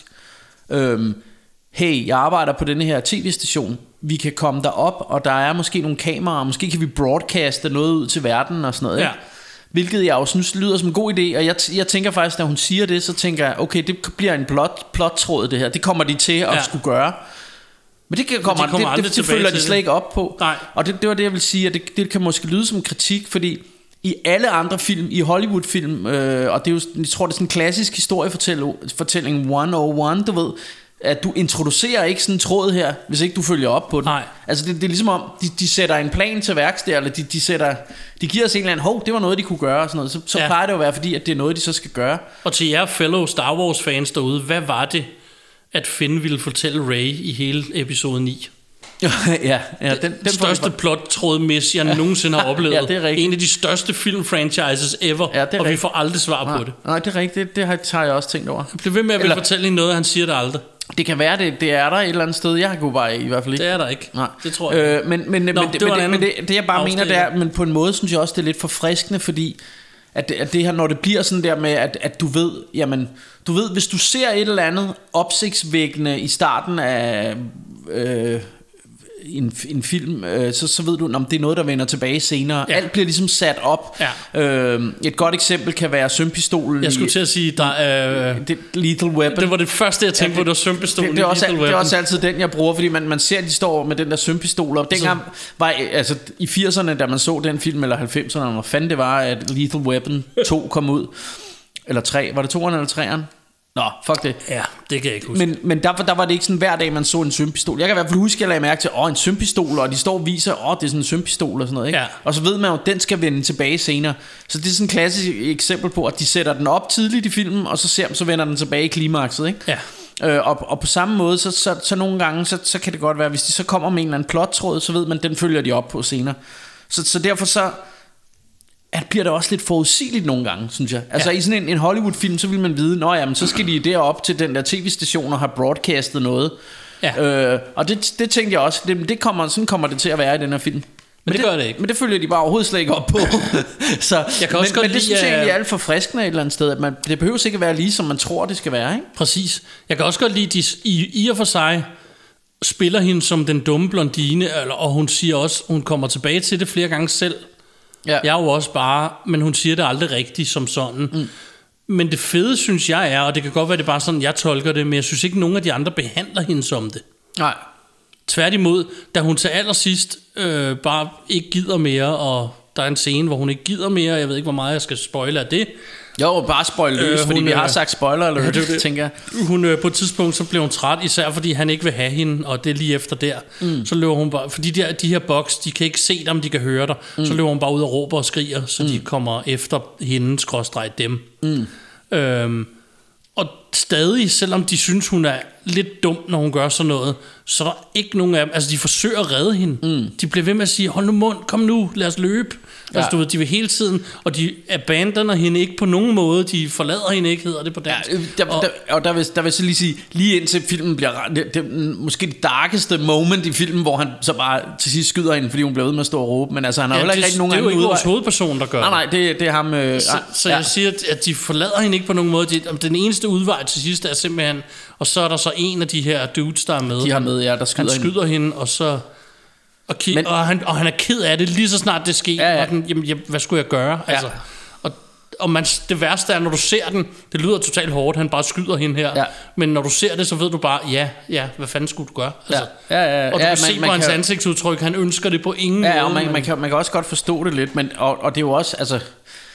øhm, hey, jeg arbejder på denne her tv-station, vi kan komme derop, og der er måske nogle kameraer, måske kan vi broadcaste noget ud til verden og sådan noget, ja. Ikke? Hvilket jeg jo synes lyder som en god idé. Og jeg, jeg tænker faktisk, når hun siger det, så tænker jeg, okay, det bliver en plot, plot-tråd det her. Det kommer de til at ja. skulle gøre. Men det, kan, kommer, de kommer det, det, det følger de slet ikke op på. Nej. Og det, det var det jeg vil sige, at det, det kan måske lyde som kritik, fordi i alle andre film, i Hollywood-film, øh, og det er jo, jeg tror det er sådan en klassisk historiefortælling et nul et, du ved, at du introducerer ikke sådan en tråd her, hvis ikke du følger op på den. Nej. Altså det, det er ligesom om de, de sætter en plan til værks der, eller de, de sætter, de giver os en eller anden, hov, det var noget de kunne gøre og sådan noget. Så, så ja. plejer det jo at være fordi at det er noget de så skal gøre. Og til jer fellow Star Wars fans derude, hvad var det at Finn ville fortælle Rey i hele episode ni? ja, ja, den, den, den største plot-tråd miss jeg ja. nogensinde har oplevet. Ja, det er en af de største filmfranchises ever, ja, og rigtigt. Vi får aldrig svar nej, på det. Nej, det er rigtigt, det, det har jeg også tænkt over. Jeg bliver ved med at eller, fortælle hende noget, han siger det aldrig. Det kan være det, det er der et eller andet sted. Jeg kunne bare i hvert fald ikke. Det er der ikke. Nej. Det tror jeg. Øh, men men, Nå, men, det, men, det, men det, det jeg bare afsted, mener der, men på en måde synes jeg også det er lidt forfriskende, fordi at det, at det her når det bliver sådan der med at at du ved, jamen du ved hvis du ser et eller andet opsigtsvækkende i starten af øh, en, en film, øh, så, så ved du, om det er noget, der vender tilbage senere. Ja. Alt bliver ligesom sat op. Ja. Øh, et godt eksempel kan være sømpistolen. Jeg skulle til at sige, der er... Det, Lethal Weapon. Det var det første, jeg tænkte ja, på, det var sømpistolen. Det, det, er også, det er også altid den, jeg bruger, fordi man, man ser, at de står med den der sømpistol. Og dengang var, altså i firserne, da man så den film, eller halvfemserne, hvor fanden det var, at Lethal Weapon to kom ud. Eller tre. Var det toeren eller treeren? Nå, fuck det. Ja, det kan jeg ikke huske. Men, men der, der var det ikke sådan hver dag, man så en sømpistol. Jeg kan i hvert fald huske, at jeg lagde mærke til, åh, en sømpistol, og de står og viser, åh, det er sådan en sømpistol og sådan noget, ikke? Ja. Og så ved man jo, at den skal vende tilbage senere. Så det er sådan et klassisk eksempel på, at de sætter den op tidligt i filmen, og så, ser, så vender den tilbage i klimakset, ikke? Ja. Øh, og, og på samme måde, så, så, så nogle gange, så, så kan det godt være, hvis de så kommer med en eller anden plottråd, så ved man, den følger de op på senere. Så, så derfor så... at bliver det også lidt forudsigeligt nogle gange, synes jeg. Altså ja. I sådan en, en Hollywood-film, så vil man vide, nå jamen, så skal de derop til den der tv-station og have broadcastet noget. Ja. Øh, og det, det tænkte jeg også, det, det kommer, sådan kommer det til at være i den her film. Men, men det, det gør det ikke. Men det følger de bare overhovedet slet ikke op på. Så, jeg kan også men, godt men det synes jeg lide, egentlig er alt for friskende et eller andet sted, at man, det behøver ikke at være lige, som man tror, det skal være, ikke? Præcis. Jeg kan også godt lide, de i, i og for sig spiller hende som den dumme blondine, og hun siger også, hun kommer tilbage til det flere gange selv. Ja. Jeg er jo også bare, men hun siger det aldrig rigtigt som sådan. Mm. Men det fede, synes jeg er, og det kan godt være, det er bare sådan, jeg tolker det, men jeg synes ikke, nogen af de andre behandler hende som det. Nej. Tværtimod, da hun til allersidst øh, bare ikke gider mere, og der er en scene, hvor hun ikke gider mere, jeg ved ikke, hvor meget jeg skal spoile af det. Jo, bare spoil løs, øh, fordi hun, vi har sagt spoiler alert, ja, det, det. tænker jeg. Hun, øh, på et tidspunkt, så blev hun træt, især fordi han ikke vil have hende, og det er lige efter der. Mm. Så løber hun bare, fordi de, de her boks, de kan ikke se dem, de kan høre dig. Mm. Så løber hun bare ud og råber og skriger, så mm. de kommer efter hende, skråstreg dem. Mm. Øhm, og stadig, selvom de synes, hun er lidt dum, når hun gør sådan noget, så er der ikke nogen af dem, altså de forsøger at redde hende. Mm. De bliver ved med at sige, hold nu mund, kom nu, lad os løbe. Ja. Altså du ved, de vil hele tiden, og de abandoner hende ikke på nogen måde, de forlader hende ikke, hedder det på dansk. Ja, der, og, der, og der, vil, der vil så lige sige, lige indtil filmen bliver, det, det, måske det darkeste moment i filmen, hvor han så bare til sidst skyder hende, fordi hun bliver ved med at stå og råbe, men altså han har ja, heller ikke rigtig nogen anden udvej. Det er jo ikke vores hovedperson, der gør nej, nej, det, det er ham. Øh, så så ja. Jeg siger, at de forlader hende ikke på nogen måde. De, den eneste udvej til sidst er simpelthen, og så er der så en af de her dudes, der er med. De har med, ja, der skyder han skyder hende, hende og så... Og, ki- men, og, han, og han er ked af det lige så snart det sker. Ja, ja. Den, jamen, jamen, hvad skulle jeg gøre? Ja. Altså, og og man, det værste er, når du ser den, det lyder totalt hårdt, han bare skyder hende her. Ja. Men når du ser det, så ved du bare, ja, ja, hvad fanden skulle du gøre? Altså, ja. Ja, ja, ja. Og du ja, kan se man, på hans kan, ansigtsudtryk, han ønsker det på ingen ja, måde. Ja, og man, man, kan, man kan også godt forstå det lidt, men, og, og det er jo også, altså...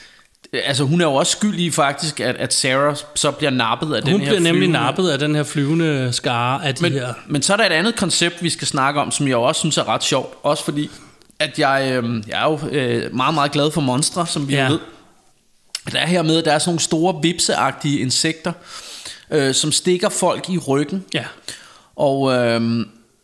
Altså hun er jo også skyld i faktisk at, at Sarah så bliver nappet af hun den her bliver nemlig flyvende. nappet af den her flyvende skare af de men, her. Men så er der et andet koncept vi skal snakke om, som jeg også synes er ret sjovt. Også fordi at jeg, øh, jeg er jo øh, meget meget glad for monstre, som vi ja. ved. Der er her med, der er sådan nogle store vipseagtige insekter, øh, som stikker folk i ryggen. Ja. Og øh,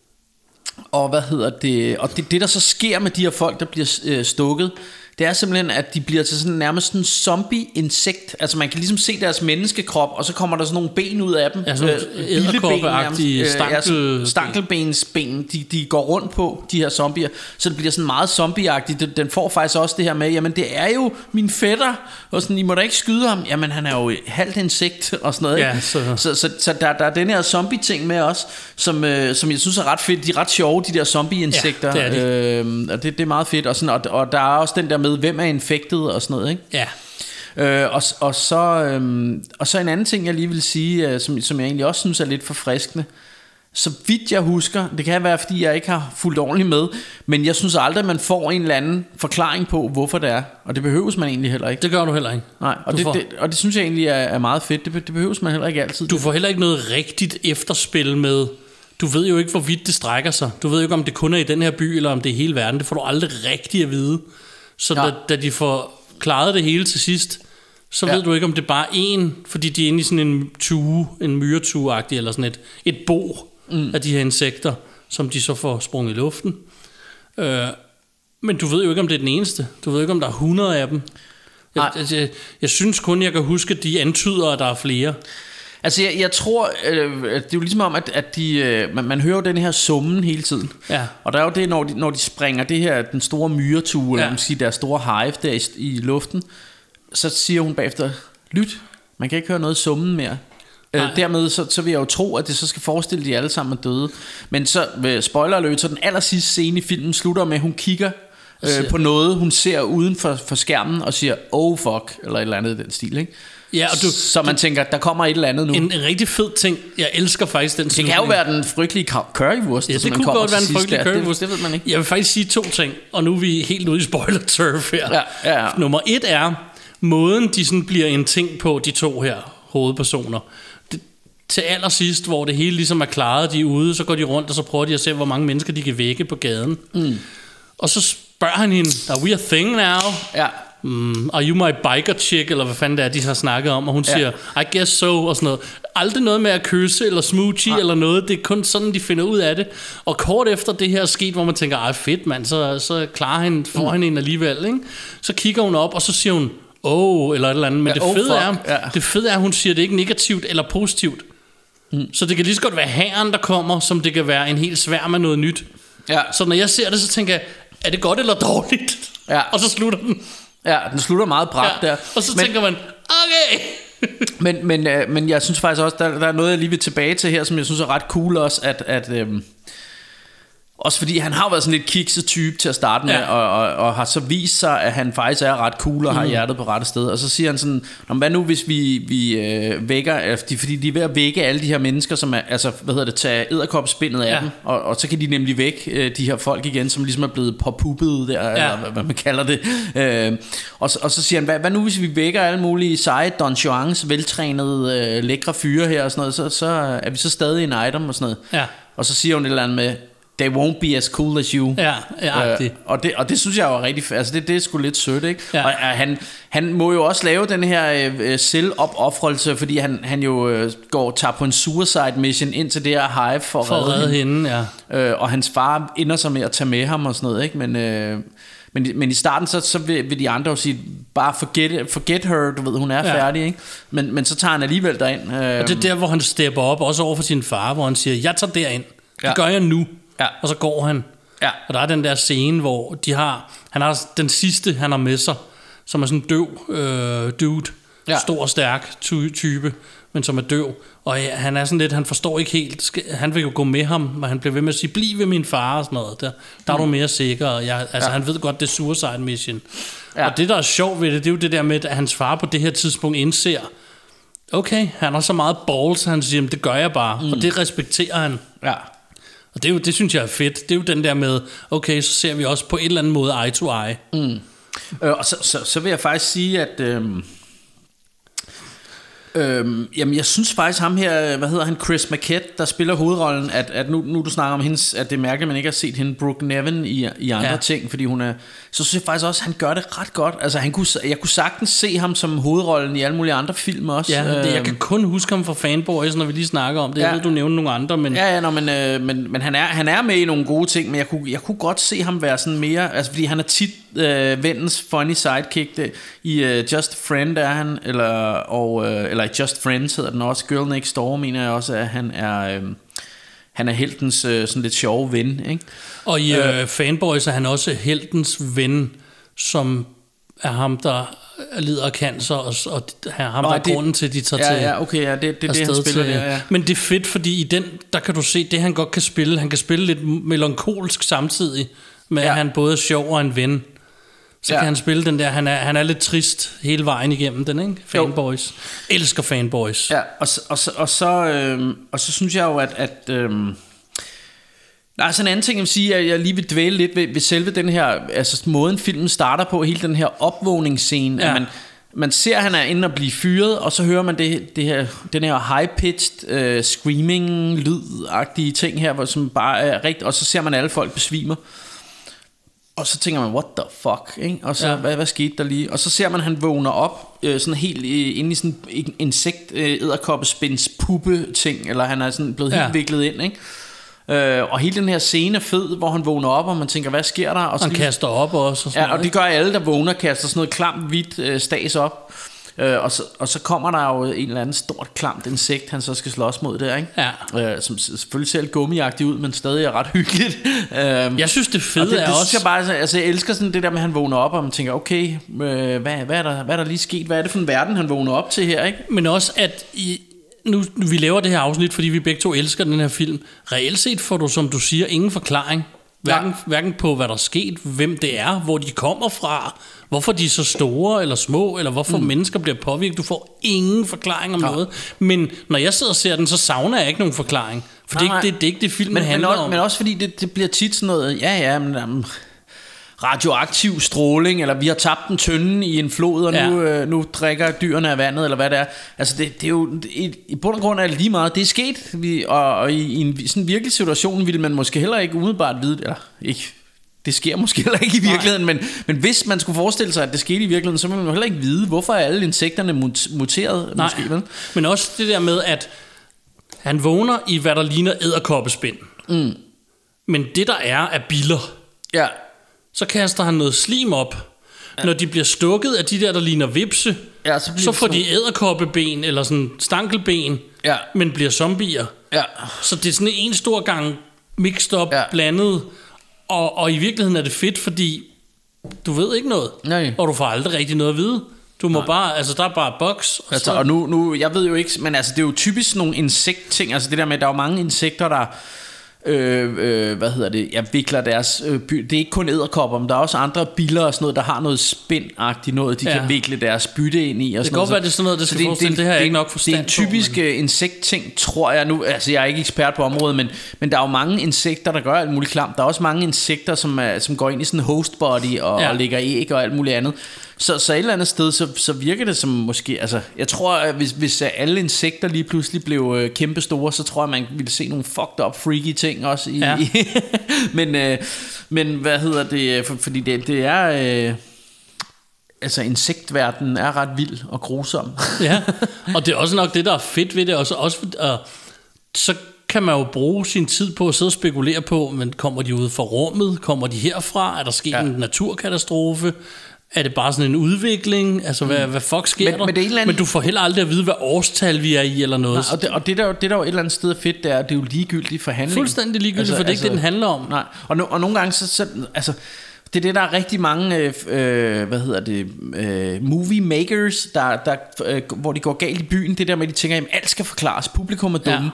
og hvad hedder det? Og det, det der så sker med de her folk, der bliver øh, stukket, det er simpelthen, at de bliver til sådan nærmest en zombie-insekt. Altså man kan ligesom se deres menneskekrop, og så kommer der sådan nogle ben ud af dem. Ja, sådan nogle edderkoppeagtige stankel... ja, stankelbensben, de, de går rundt på, de her zombier. Så det bliver sådan meget zombie-agtigt. Den får faktisk også det her med, jamen det er jo min fætter, og sådan, I må da ikke skyde ham. Jamen han er jo halvt insekt og sådan noget. Ja, så så, så, så der, der er den her zombie-ting med også, som, øh, som jeg synes er ret fedt. De er ret sjove, de der zombie-insekter. Ja, det er de. øh, og det, det er meget fedt. Og, sådan, og, og der er også den der med, hvem er infektet og sådan noget, ikke? Ja. Øh, og, og, så, øhm, og så en anden ting, jeg lige vil sige, øh, som, som jeg egentlig også synes er lidt forfriskende. Så vidt jeg husker, det kan være, fordi jeg ikke har fulgt ordentligt med, men jeg synes aldrig, man får en eller anden forklaring på, hvorfor det er. Og det behøves man egentlig heller ikke. Det gør du heller ikke. Nej, og, det, det, og det synes jeg egentlig er, er meget fedt. Det, det behøves man heller ikke altid. Du får heller ikke noget rigtigt efterspil med... Du ved jo ikke, hvorvidt det strækker sig. Du ved jo ikke, om det kun er i den her by, eller om det er hele verden. Det får du aldrig rigtigt at vide. Så ja. da, da de får klaret det hele til sidst, så ja. ved du ikke, om det er bare en, fordi de er inde i sådan en tue, en myretue-agtig, eller sådan et, et bo mm. af de her insekter, som de så får sprunget i luften. Øh, men du ved jo ikke, om det er den eneste. Du ved ikke, om der er hundrede af dem. Jeg, jeg, jeg, jeg synes kun, jeg kan huske, at de antyder, at der er flere. Altså jeg, jeg tror øh, det er jo ligesom om at, at de, øh, man, man hører jo den her summen hele tiden. Ja. Og der er jo det når de, når de springer det her, den store myretue, eller ja. man siger, der store hive der i, i luften, så siger hun bagefter, lyt, man kan ikke høre noget summen mere. Øh, dermed så, så vil jeg jo tro, at det så skal forestille, at de alle sammen er døde. Men så, spoiler alert, så den aller sidste scene i filmen slutter med, at hun kigger øh, på noget, hun ser uden for, for skærmen, og siger, oh fuck, eller et eller andet i den stil, ikke? Ja, og du, så man tænker, der kommer et eller andet nu. En, en rigtig fed ting. Jeg elsker faktisk den slutning. Det kan jo være den frygtelige currywurst. Ja, det kunne godt være en frygtelig currywurst. Det, det ved man ikke. Jeg vil faktisk sige to ting, og nu er vi helt ude i spoiler turf her. Ja, ja, ja. Nummer et er måden de sådan bliver en ting på, de to her hovedpersoner. Det, til allersidst, hvor det hele ligesom er klaret, de er ude, så går de rundt, og så prøver de at se, hvor mange mennesker de kan vække på gaden. Mm. Og så spørger han hende, are we a thing now? Ja. Mm, are you my biker chick, eller hvad fanden det er, de har snakket om. Og hun ja. siger, I guess so, og sådan noget. Aldrig noget med at kysse, eller smoochie, ja. eller noget. Det er kun sådan, de finder ud af det. Og kort efter det her er sket, hvor man tænker, ej fedt mand, så, så klarer han, får mm. han en alligevel, ikke? Så kigger hun op, og så siger hun, oh, eller et eller andet. Men ja, det, fede oh, er, ja. det fede er, at hun siger, det er ikke negativt eller positivt. Mm. Så det kan lige så godt være herren, der kommer, som det kan være en helt svær med noget nyt. Ja. Så når jeg ser det, så tænker jeg, er det godt eller dårligt? Ja. Og så slutter den. Ja, den slutter meget brat ja. der. Og så men, tænker man, okay. men, men, øh, men jeg synes faktisk også, der, der er noget, jeg lige vil tilbage til her, som jeg synes er ret cool også, at... at øh, også fordi han har været sådan lidt kikset type til at starte med, ja. og, og, og har så vist sig, at han faktisk er ret cool og har mm. hjertet på rette sted. Og så siger han sådan, hvad nu hvis vi, vi øh, vækker, fordi de er ved at vække alle de her mennesker, som er, altså, hvad hedder det, tage edderkopspindet af ja. dem, og, og så kan de nemlig vække øh, de her folk igen, som ligesom er blevet påpuppet der, ja. eller hvad, hvad man kalder det. Øh, og, og så siger han, hvad, hvad nu hvis vi vækker alle mulige seje Don Juans veltrænede, øh, lækre fyre her og sådan noget, så, så er vi så stadig en item og sådan noget. Ja. Og så siger hun et eller andet med, they won't be as cool as you. Ja, ja øh, og, det, og det synes jeg jo er rigtig, altså det, det er sgu lidt sødt, ikke? Ja. Og uh, han, han må jo også lave den her uh, selvopoffrelse, fordi han, han jo uh, går tager på en suicide mission ind til det her hive for, for at redde, redde hende, hende ja. uh, og hans far ender sig med at tage med ham og sådan noget, ikke? Men, uh, men, men i starten så, så vil, vil de andre jo sige, bare forget, forget her, du ved, hun er ja. færdig, ikke? Men, men så tager han alligevel derind. Uh, og det er der, hvor han stepper op, også over for sin far, hvor han siger, jeg tager derind, det ja. gør jeg nu. Ja. Og så går han. Ja. Og der er den der scene, hvor de har, han har den sidste, han har med sig, som er sådan en døv øh, dude, ja. stor og stærk type, men som er døv. Og ja, han er sådan lidt, han forstår ikke helt, han vil jo gå med ham, og han bliver ved med at sige, bliv ved min far og sådan noget. Der, der er mm. du mere sikker. Og jeg, altså, ja. han ved godt, det er suicide mission. Ja. Og det, der er sjovt ved det, det er jo det der med, at hans far på det her tidspunkt indser, okay, han har så meget balls, han siger, det gør jeg bare. Mm. Og det respekterer han. Ja. Og det, er jo, det synes jeg er fedt. Det er jo den der med, okay, så ser vi også på en eller anden måde eye to eye. Mm. Øh, og så, så, så vil jeg faktisk sige, at øhm, øhm, jamen jeg synes faktisk ham her, hvad hedder han, Chris Marquette, der spiller hovedrollen, at, at nu, nu du snakker om hendes, at det er mærkeligt, at man ikke har set hende, Brooke Nevin, i, i andre ja. ting, fordi hun er, så synes jeg faktisk også, at han gør det ret godt. Altså han kunne, jeg kunne sagtens se ham som hovedrollen i alle mulige andre film også. Ja, det, jeg kan kun huske ham fra Fanboys, når vi lige snakker om det. Ja. Jeg ved, du nævner nogle andre, men ja, ja, no, men, øh, men, men han er han er med i nogle gode ting, men jeg kunne jeg kunne godt se ham være sådan mere, altså fordi han er tit øh, vennens funny sidekick det, i uh, Just a Friend er han, eller og øh, eller i Just Friends hedder den også. Girl Next Door mener jeg også, at han er øh, han er heltens øh, sådan lidt sjove ven, ikke? Og i øh, Fanboys er han også heltens ven, som er ham, der lider af cancer, og, og ham, Nå, der er det, grunden til, at de tager ja, til ja, okay, ja, det, det, det han spiller til, der, ja. Men det er fedt, fordi i den, der kan du se, det han godt kan spille, han kan spille lidt melankolsk samtidig, med ja. at han både er sjov og en ven. Så ja. kan han spille den der, han er, han er lidt trist hele vejen igennem den, ikke? Fanboys. Jo. Elsker Fanboys. Ja, og, og, så, og, så, øh, og så synes jeg jo, at... at øh, der er sådan en anden ting, jeg vil sige, at jeg lige vil dvæle lidt ved, ved selve den her, altså måden filmen starter på, hele den her opvågningsscene, ja. at man, man ser, at han er inde og blive fyret, og så hører man det, det her, den her high-pitched uh, screaming-lyd-agtige ting her, hvor, som bare er rigtigt, og så ser man alle folk besvimer. Og så tænker man, what the fuck, ikke? Og så, ja. hvad, hvad skete der lige? Og så ser man, at han vågner op, øh, sådan helt øh, inde i sådan en insekt, øh, edderkoppespins puppe ting, eller han er sådan blevet ja. helt viklet ind, ikke? Øh, og hele den her scene er fed, hvor han vågner op, og man tænker, hvad sker der? Og så han lige, kaster op også. Og sådan ja, og det gør alle, der vågner, kaster sådan noget klamt, hvidt øh, stas op. Øh, og, så, og så kommer der jo en eller anden stort klamt insekt, han så skal slås mod der, ikke? Ja. Øh, som selvfølgelig ser lidt gummiagtigt ud, men stadig er ret hyggeligt. øh, jeg synes det fede det, er det også synes jeg bare, altså jeg elsker sådan det der med, at han vågner op, og man tænker, okay, øh, hvad, hvad, er der, hvad er der lige sket? Hvad er det for en verden, han vågner op til her, ikke? Men også at i, nu, vi laver det her afsnit, fordi vi begge to elsker den her film. Reelt set får du, som du siger, ingen forklaring. Hverken, ja. hverken på, hvad der er sket, hvem det er, hvor de kommer fra, hvorfor de er så store eller små, eller hvorfor mm. mennesker bliver påvirket. Du får ingen forklaring om ja. noget. Men når jeg sidder og ser den, så savner jeg ikke nogen forklaring. For det er, ikke, det, det er ikke det, filmen men, handler men også, om. Men også fordi det, det bliver tit sådan noget, ja ja, men... Um, radioaktiv stråling, eller vi har tabt en tønde i en flod, og ja. nu, øh, nu drikker dyrene af vandet, eller hvad det er. Altså det, det er jo, i, i bund og grund er det lige meget, det er sket, vi, og, og i, i en sådan virkelig situation ville man måske heller ikke umiddelbart vide, eller ikke, det sker måske heller ikke i virkeligheden, men, men hvis man skulle forestille sig, at det skete i virkeligheden, så ville man heller ikke vide, hvorfor er alle insekterne muteret. Nej, måske, vel? Men også det der med, at han vågner i, hvad der ligner edderkoppespind. Mm. Men det der er, er biller. Ja. Så kaster han noget slim op. Ja. Når de bliver stukket af de der, der ligner vipse, ja, så, så får de edderkoppeben eller sådan stankelben, ja. men bliver zombier. Ja. Så det er sådan en stor gang mixed up, ja. blandet. Og, og i virkeligheden er det fedt, fordi du ved ikke noget. Nej. Og du får aldrig rigtig noget at vide. Du må Nej. bare, altså der er bare boks. Og, altså, og nu, nu, jeg ved jo ikke, men altså det er jo typisk nogle insektting. Altså det der med, der er jo mange insekter, der... Øh, øh, hvad hedder det, jeg vikler deres øh, by. Det er ikke kun edderkopper, men der er også andre biller og sådan noget, der har noget spindagtigt noget, de ja. kan vikle deres bytte ind i og det sådan kan godt være, det er sådan noget, det skal det, forestille, det, det har jeg ikke nok forstand på. Det er en typisk på, men... insektting, tror jeg nu. Altså jeg er ikke ekspert på området, men, men der er jo mange insekter, der gør alt muligt klamt. Der er også mange insekter, som, er, som går ind i sådan en host body og, ja. og lægger æg og alt muligt andet. Så, så et eller andet sted, så, så virker det som måske, altså jeg tror, at hvis, hvis alle insekter lige pludselig blev øh, kæmpe store, så tror jeg, man ville se nogle fucked up freaky ting også i, ja. i men, øh, men hvad hedder det, for, fordi det, det er øh, altså insektverdenen er ret vild og grusom. Ja, og det er også nok det, der er fedt ved det, også, også uh, så kan man jo bruge sin tid på at sidde og spekulere på, men kommer de ud fra rummet, kommer de herfra, er der sket ja. en naturkatastrofe? Er det bare sådan en udvikling? Altså, hvad, hvad fuck sker men, der? Men, anden... men du får heller aldrig at vide, hvad årstal vi er i, eller noget. Nej, og det, og det, der, det der jo et eller andet sted er fedt, det er, det er jo ligegyldigt for handling. Fuldstændig ligegyldigt, altså, for det er altså, ikke det, den handler om. Nej, og, no, og nogle gange, så, så altså, det er det, der er rigtig mange, øh, hvad hedder det, øh, movie makers, der, der, øh, hvor de går galt i byen. Det der med, at de tænker, at alt skal forklares, publikum er dumme. Ja.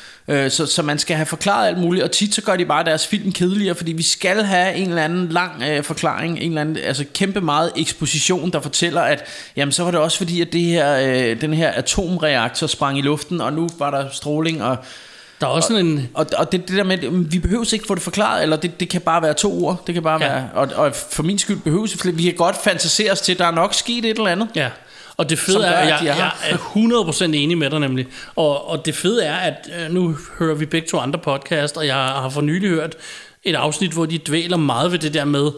Så, så man skal have forklaret alt muligt. Og tit så gør de bare deres film kedeligere, fordi vi skal have en eller anden lang øh, forklaring, en eller anden, altså kæmpe meget eksposition, der fortæller, at jamen så var det også fordi, at det her, øh, den her atomreaktor sprang i luften, og nu var der stråling, og der er også og, en og, og det, det der med, vi behøver ikke få det forklaret, eller det, det kan bare være to ord, det kan bare ja. være, og, og for min skyld behøves vi kan godt fantasere os til, at der er nok sket et eller andet. Ja. Og det fede er, at jeg, jeg er hundrede procent enig med dig nemlig. Og, og det fede er, at øh, nu hører vi begge to andre podcast, og jeg har for nylig hørt et afsnit, hvor de dvæler meget ved det der med,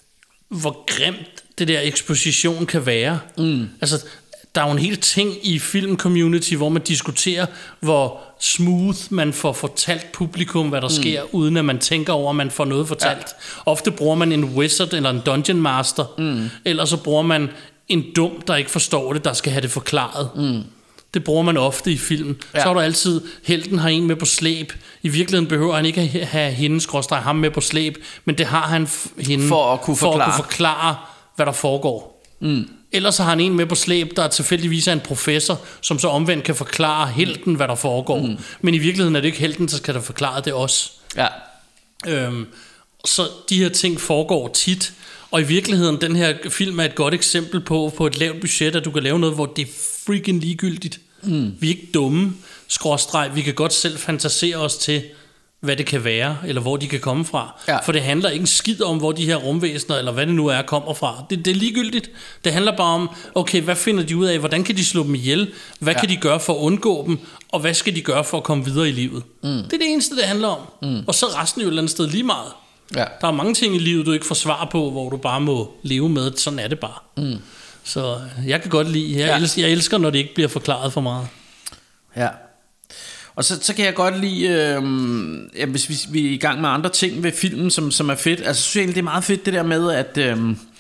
hvor grimt det der eksposition kan være. Mm. Altså, der er jo en hel ting i film-community, hvor man diskuterer, hvor smooth man får fortalt publikum, hvad der mm. sker, uden at man tænker over, at man får noget fortalt. Ja. Ofte bruger man en wizard eller en dungeon master, mm. eller så bruger man en dum, der ikke forstår det, der skal have det forklaret. Mm. Det bruger man ofte i film. Ja. Så er der altid, helten har en med på slæb. I virkeligheden behøver han ikke at have hende, skråstreg ham med på slæb, men det har han f- hende for at kunne for forklare, at kunne forklare hvad der foregår. Mm. Ellers har han en med på slæb, der tilfældigvis er en professor, som så omvendt kan forklare helten, hvad der foregår. Mm. Men i virkeligheden er det ikke helten, der skal der forklare det også. Ja. Øhm, så de her ting foregår tit. Og i virkeligheden, den her film er et godt eksempel på, på et lavt budget, at du kan lave noget, hvor det er freaking ligegyldigt. Mm. Vi er ikke dumme, skråstreg. Vi kan godt selv fantasere os til, hvad det kan være, eller hvor de kan komme fra. Ja. For det handler ikke en skid om, hvor de her rumvæsener, eller hvad det nu er, kommer fra. Det, det er ligegyldigt. Det handler bare om, okay, hvad finder de ud af? Hvordan kan de slå dem ihjel? Hvad ja. kan de gøre for at undgå dem? Og hvad skal de gøre for at komme videre i livet? Mm. Det er det eneste, det handler om. Mm. Og så resten jo et eller andet sted lige meget. Ja. Der er mange ting i livet, du ikke får svar på, hvor du bare må leve med. Sådan er det bare. Mm. Så jeg kan godt lide. Jeg, ja. elsker, jeg elsker, når det ikke bliver forklaret for meget. Ja. Og så, så kan jeg godt lide, øh, ja, hvis vi, vi er i gang med andre ting ved filmen, som, som er fedt. Altså, synes jeg egentlig, det er meget fedt det der med, at øh,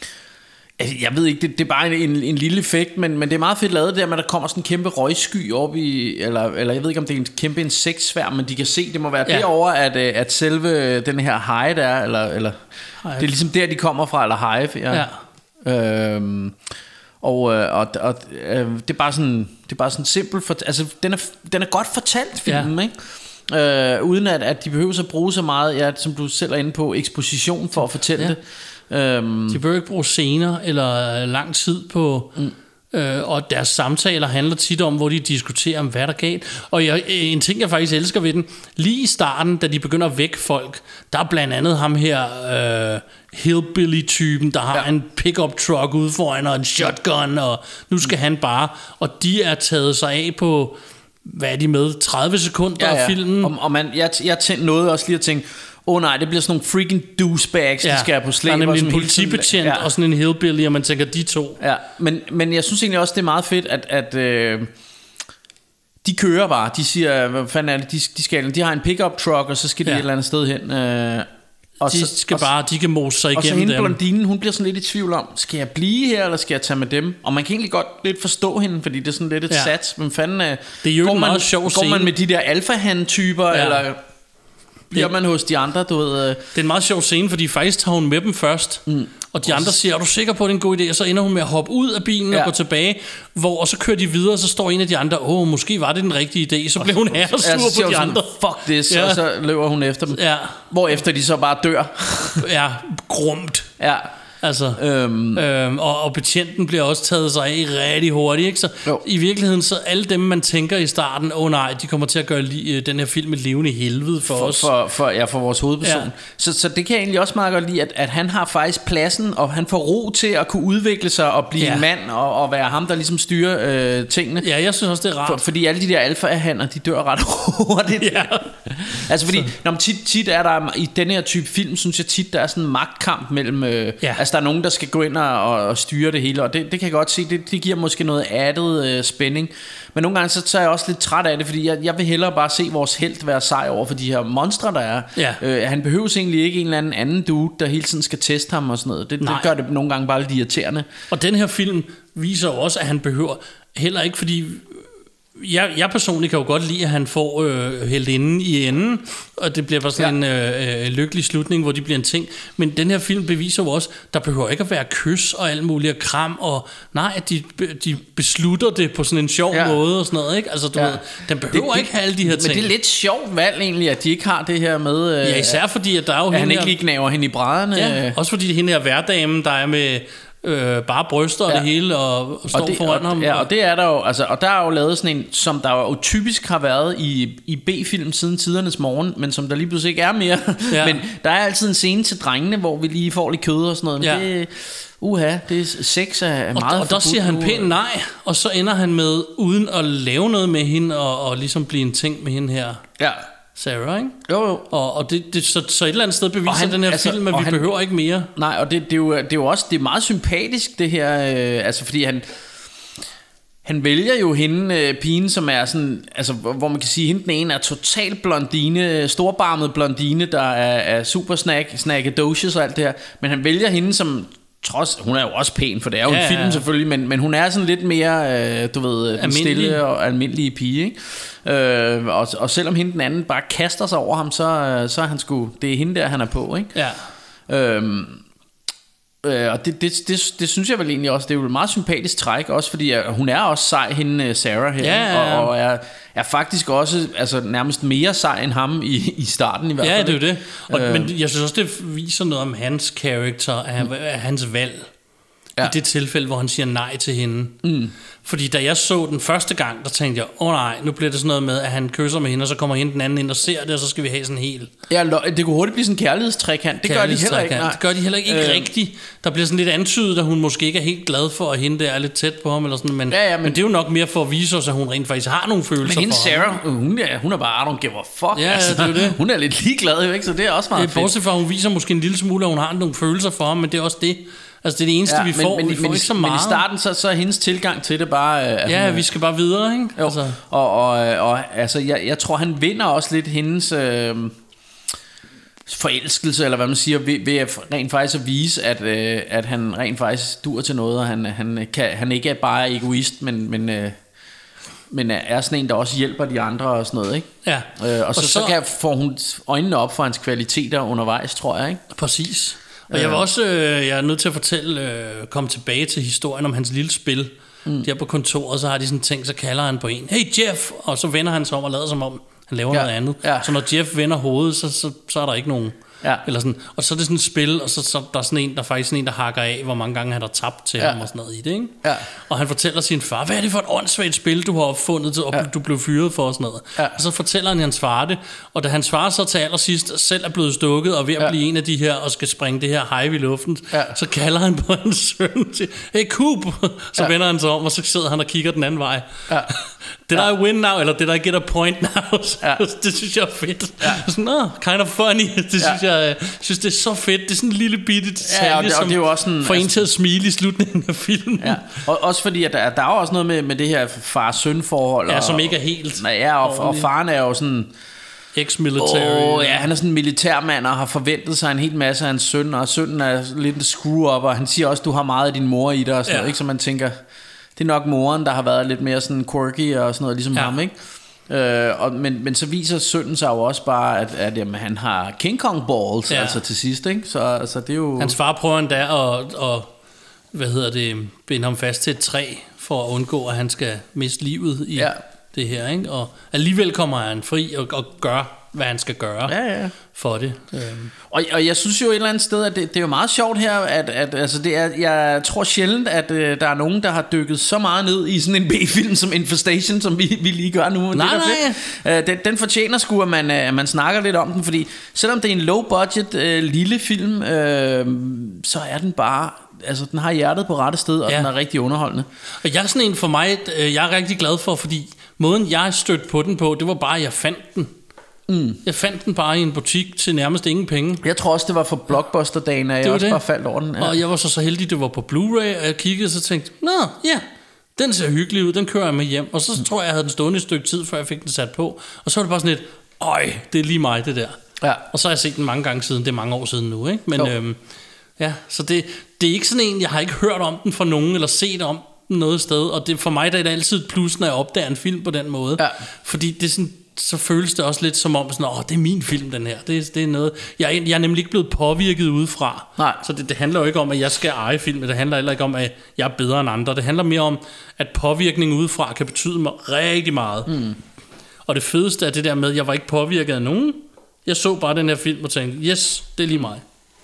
jeg ved ikke, det, det er bare en, en, en lille effekt, men, men det er meget fedt lavet det der med, at der kommer sådan en kæmpe røgsky op i, eller, eller jeg ved ikke, om det er en kæmpe insektsværm, men de kan se, det må være ja. derovre, at, at selve den her hive der, eller, eller det er ligesom der, de kommer fra, eller hive, ja. ja. Øhm, Og, øh, og, og øh, det er bare sådan, det er bare sådan simpelt for, altså den er den er godt fortalt filmen, ja. Ikke? Øh, uden at, at de behøver at bruge så meget, ja, som du selv er inde på, eksposition for at fortælle ja. det. Um, de behøver ikke bruge scener eller lang tid på. Mm. Øh, og deres samtaler handler tit om, hvor de diskuterer om hvad der er galt. Og jeg, en ting jeg faktisk elsker ved den, lige i starten, da de begynder at vække folk, der er blandt andet ham her øh, hillbilly-typen, der har ja. en pickup truck ude foran og en shotgun, og nu skal mm. han bare, og de er taget sig af på, hvad er de med, tredive sekunder ja, ja. af filmen. Og, og man, jeg, jeg tænkte noget også lige at tænke, åh oh, nej, det bliver sådan nogle freaking douchebags, ja, de skal have på slæb. Der er nemlig en politibetjent ja. og sådan en hillbilly, og man tænker, de to. Ja, men, men jeg synes egentlig også, det er meget fedt, at, at øh, de kører bare. De siger, hvad fanden er det, de, de, skal, de har en pickup truck, og så skal de ja. et eller andet sted hen. Øh, og de så, skal og, bare, de kan mose sig igennem dem. Og så hende blondinen, hun bliver sådan lidt i tvivl om, skal jeg blive her, eller skal jeg tage med dem? Og man kan egentlig godt lidt forstå hende, fordi det er sådan lidt et ja. sats. Men fanden, øh, det er jo går en meget man, sjov går scene. man med de der alfahan-typer, ja. eller bliver man hos de andre, du ved? Det er en meget sjov scene, fordi faktisk tager hun med dem først, mm. og de andre siger, er du sikker på, at det er en god idé? Og så ender hun med at hoppe ud af bilen ja. og gå tilbage, hvor, og så kører de videre, og så står en af de andre, åh, måske var det den rigtige idé. Så bliver hun her og sur på de andre. Fuck this, ja. og så løber hun efter dem. Ja. Hvorefter de så bare dør. Ja, grumt. Ja. Altså, øhm. Øhm, og, og betjenten bliver også taget sig af rigtig hurtigt, ikke? Så jo. I virkeligheden, så alle dem man tænker i starten, åh oh, nej, de kommer til at gøre li- den her film et levende helvede for, for os for, for, ja, for vores hovedperson, ja. så, så det kan jeg egentlig også meget godt lide, at, at han har faktisk pladsen, og han får ro til at kunne udvikle sig og blive ja. en mand, og, og være ham, der ligesom styrer øh, tingene. Ja, jeg synes også, det er rart, for, fordi alle de der alfa-hanner, de dør ret hurtigt. Ja. Altså fordi, når man tit, tit er der i den her type film, synes jeg tit, der er sådan en magtkamp mellem øh, ja. altså der er nogen, der skal gå ind og, og styre det hele, og det, det kan jeg godt se, det, det giver måske noget addet øh, spænding, men nogle gange så, så er jeg også lidt træt af det, fordi jeg, jeg vil hellere bare se vores helt være sej over for de her monstre, der er. Ja. øh, Han behøves egentlig ikke en eller anden anden dude, der hele tiden skal teste ham og sådan noget. Det, det gør det nogle gange bare lidt irriterende. Og den her film viser også, at han behøver heller ikke, fordi Jeg, jeg personligt kan jo godt lide, at han får øh, heldinden i enden, og det bliver bare sådan ja. en øh, lykkelig slutning, hvor de bliver en ting. Men den her film beviser jo også, der behøver ikke at være kys og alt muligt, og kram, og nej, at de, de beslutter det på sådan en sjov ja. måde og sådan noget, ikke? Altså, du ja. ved, den behøver det, ikke have alle de her men ting. Men det er lidt sjovt valg egentlig, at de ikke har det her med... Øh, ja, især fordi, at der er jo at hende han ikke her, lige gnaver hende i brædderne. Ja, også fordi hende her hverdagen, der er med... Øh, bare bryster og ja. det hele og, og står og det, foran og, ham. Ja, og det er der jo, altså, og der er jo lavet sådan en, som der jo typisk har været i, i B-film siden tidernes morgen, men som der lige pludselig ikke er mere. Ja. Men der er altid en scene til drengene, hvor vi lige får lidt kød og sådan noget. Men ja. det, uha, det er sex er meget og, og der siger han pænt nej, og så ender han med uden at lave noget med hende og, og ligesom blive en ting med hende her. Ja. Sarah, ikke? Jo, jo. Og, og det, det, så, så et eller andet sted beviser han, den her altså, film, at vi han, behøver ikke mere. Nej, og det, det, er jo, det er jo også det er meget sympatisk, det her, øh, altså fordi han han vælger jo hende, øh, pigen, som er sådan, altså hvor man kan sige, hende den ene er total blondine, storbarmet blondine, der er, er super snack, snackadocious og alt det her, men han vælger hende som trods, hun er jo også pæn, for det er jo ja, en film ja. selvfølgelig, men, men hun er sådan lidt mere, øh, du ved, den stille og almindelige pige, ikke? Øh, og, og selvom hende den anden bare kaster sig over ham, så, så er han sgu, det er hende der, han er på, ikke? Ja. Øhm, øh, og det, det, det, det synes jeg vel egentlig også, det er jo et meget sympatisk træk, også fordi uh, hun er også sej, hende Sarah her, ja, ja, ja. Og, og er, er faktisk også altså, nærmest mere sej end ham i, i starten i hvert fald. Ja, det er jo det. Og, øh, men jeg synes også, det viser noget om hans karakter, af, af hans valg. Ja. I det tilfælde, hvor han siger nej til hende. Mm. Fordi da jeg så den første gang, der tænkte jeg, åh oh, nej, nu bliver det sådan noget med, at han kysser med hende, og så kommer hende den anden ind og ser det, og så skal vi have sådan en hel... Ja, det kunne hurtigt blive sådan en kærlighedstrækant. Det gør de heller ikke. Nej. Det gør de heller ikke, ikke øh. rigtigt. Der bliver sådan lidt antydet, at hun måske ikke er helt glad for, at hende der er lidt tæt på ham, eller sådan, men, ja, ja, men, men det er jo nok mere for at vise os, at hun rent faktisk har nogle følelser. Men hende for Sarah, ham. hun er, hun er bare, I don't give a fuck. Ja, altså, det er det. Hun er lidt ligeglad, jo ikke? Så det er også meget fedt. Bortset fra, hun viser måske en lille smule, at hun har nogle følelser for ham, men det er også det. Altså det er det eneste, ja, vi får. Men, men, vi får men, ikke så meget. Men i starten, så, så er hendes tilgang til det bare... Uh, ja, hun, vi skal bare videre, ikke? Jo. Altså. Og, og, og altså, jeg, jeg tror, han vinder også lidt hendes øh, forelskelse, eller hvad man siger, ved, ved at rent faktisk at vise, at, øh, at han rent faktisk dur til noget, og han, han, kan, han ikke er bare egoist, men... men øh, men er sådan en, der også hjælper de andre og sådan noget, ikke? Ja. Øh, og, og så, så, så kan, får hun øjnene op for hans kvaliteter undervejs, tror jeg, ikke? Præcis. Og jeg vil også, øh, jeg er nødt til at fortælle, øh, komme tilbage til historien om hans lille spil. Mm. Der på kontoret, så har de sådan ting, så kalder han på en, hey Jeff, og så vender han sig om og lader som om, han laver ja. noget andet. Ja. Så når Jeff vender hovedet, så, så, så er der ikke nogen... Ja. Eller sådan, og så er det sådan et spil, og så, så der er sådan en, der er faktisk sådan en, der hakker af, hvor mange gange han har tabt til ja. ham og sådan noget i det, ikke? Ja. Og han fortæller sin far, hvad er det for et åndssvagt spil, du har opfundet, og ja. du blev fyret for og sådan noget. Ja. Og så fortæller han hans far det, og da hans far så til allersidst selv er blevet stukket, og ved at ja. blive en af de her, og skal springe det her hive i luften, ja. så kalder han på hans søn til, hey Coop, så ja. vender han sig om, og så sidder han og kigger den anden vej. Ja. Did ja. I win now? Eller did I get a point now? Ja. Det synes jeg er fedt. Ja. Sådan, oh, kind of funny. Det synes ja. jeg, synes det er så fedt. Det er sådan en lille bitte detalje, ja, og det, og det er jo også sådan, får en til at smile i slutningen af filmen. Ja. Og også fordi at der, der er jo også noget med, med det her far-søn forhold. Ja, og, som ikke er helt. Ja, og, og faren er jo sådan ex-military. Åh, ja, han er sådan en militærmand og har forventet sig en hel masse af hans søn, og sønnen er lidt en screw-up, og han siger også, du har meget af din mor i dig og sådan ja. noget, ikke? Så man tænker, det er nok moren, der har været lidt mere sådan quirky og sådan noget, ligesom ja. ham, ikke? Øh, og, men, men så viser sønnen sig jo også bare, at, at jamen, han har King Kong balls, ja. altså til sidst, ikke? Så altså, det er jo... Hans far prøver endda at, at hvad hedder det, binde ham fast til et træ, for at undgå, at han skal miste livet i ja. det her, ikke? Og alligevel kommer han fri og, og gør, hvad han skal gøre ja, ja. for det. Og, og jeg synes jo et eller andet sted, at det, det er jo meget sjovt her, at, at altså det er, jeg tror sjældent, at uh, der er nogen, der har dykket så meget ned i sådan en B-film som Infestation, som vi, vi lige gør nu. Nej, det nej. Uh, den, den fortjener sgu, at man, uh, at man snakker lidt om den, fordi selvom det er en low-budget uh, lille film, uh, så er den bare... Altså den har hjertet på rette sted, og ja. den er rigtig underholdende. Og jeg er sådan en for mig, jeg er rigtig glad for, fordi måden jeg stødte på den på, det var bare, at jeg fandt den. Mm. Jeg fandt den bare i en butik til nærmest ingen penge. Jeg tror også det var for Blockbuster-dagen, at jeg også det. bare faldt over den. Ja. Og jeg var så så heldig, det var på Blu-ray, og jeg kiggede og så tænkte, nå ja, den ser hyggelig ud, den kører jeg med hjem. Og så mm. tror jeg, jeg havde den stående et stykke tid, før jeg fik den sat på. Og så var det bare sådan lidt, øj, det er lige mig det der. Ja. Og så har jeg set den mange gange siden, det er mange år siden nu, ikke? Men øhm, ja, så det, det er ikke sådan en, jeg har ikke hørt om den fra nogen, eller set om den noget sted. Og det, for mig der er det altid et plus, når jeg opdager en film på den måde. Ja. Fordi det er sådan, så føles det også lidt som om sådan, åh, det er min film den her. Det, det er noget, jeg, jeg er nemlig ikke blevet påvirket udefra. Nej. Så det, det handler jo ikke om, at jeg skal eje filmen. Det handler heller ikke om, at jeg er bedre end andre. Det handler mere om, at påvirkning udefra kan betyde mig rigtig meget. Mm. Og det fedeste er det der med, at jeg var ikke påvirket af nogen. Jeg så bare den her film og tænkte, yes, det er lige mig.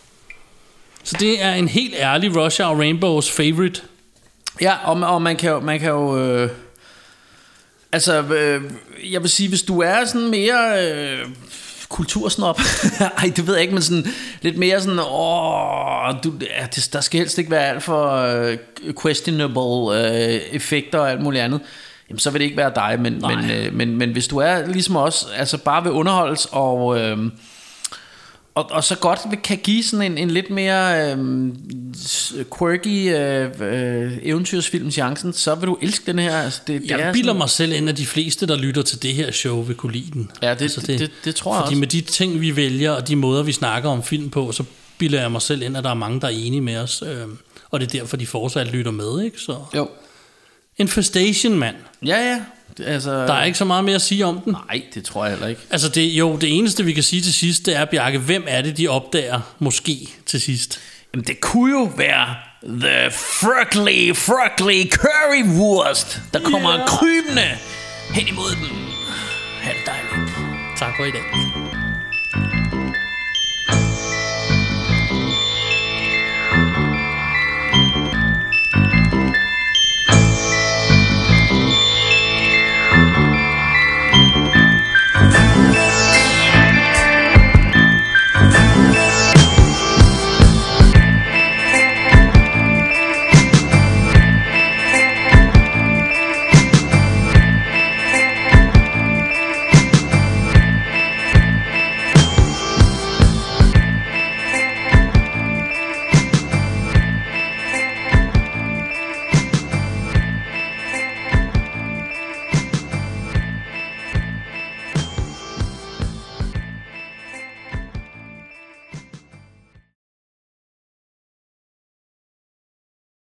Så det er en helt ærlig Rush Hour Rainbows favorite. Ja, og, og man kan jo, man kan jo øh, altså, øh, jeg vil sige, hvis du er sådan mere øh, kultursnop, ej, det ved jeg ikke, men sådan lidt mere sådan, åh, du, ja, det, der skal helst ikke være alt for øh, questionable øh, effekter og alt muligt andet. Jamen, så vil det ikke være dig, men, men, øh, men, men hvis du er ligesom os, altså bare vil underholdes og... Øh, Og, og så godt kan give sådan en, en lidt mere øh, quirky øh, øh, eventyrsfilm chancen, så vil du elske den her. Altså det, det jeg bilder sådan... mig selv ind, at de fleste, der lytter til det her show, vil kunne lide den. Ja, det, altså det, det, det, det tror jeg fordi også. Med de ting, vi vælger, og de måder, vi snakker om film på, så bilder jeg mig selv ind, at der er mange, der er enige med os. Øh, og det er derfor, de fortsat lytter med, ikke? Så. Jo. Infestation, mand. Ja, ja. Altså, der er ikke så meget mere at sige om den. Nej, det tror jeg heller ikke. Altså det, jo, det eneste vi kan sige til sidst, det er, Bjarke, hvem er det de opdager måske til sidst? Jamen det kunne jo være The Frugly Frugly Currywurst, der kommer yeah. krybende hen imod dem. Ha' det dejligt. Tak for i dag.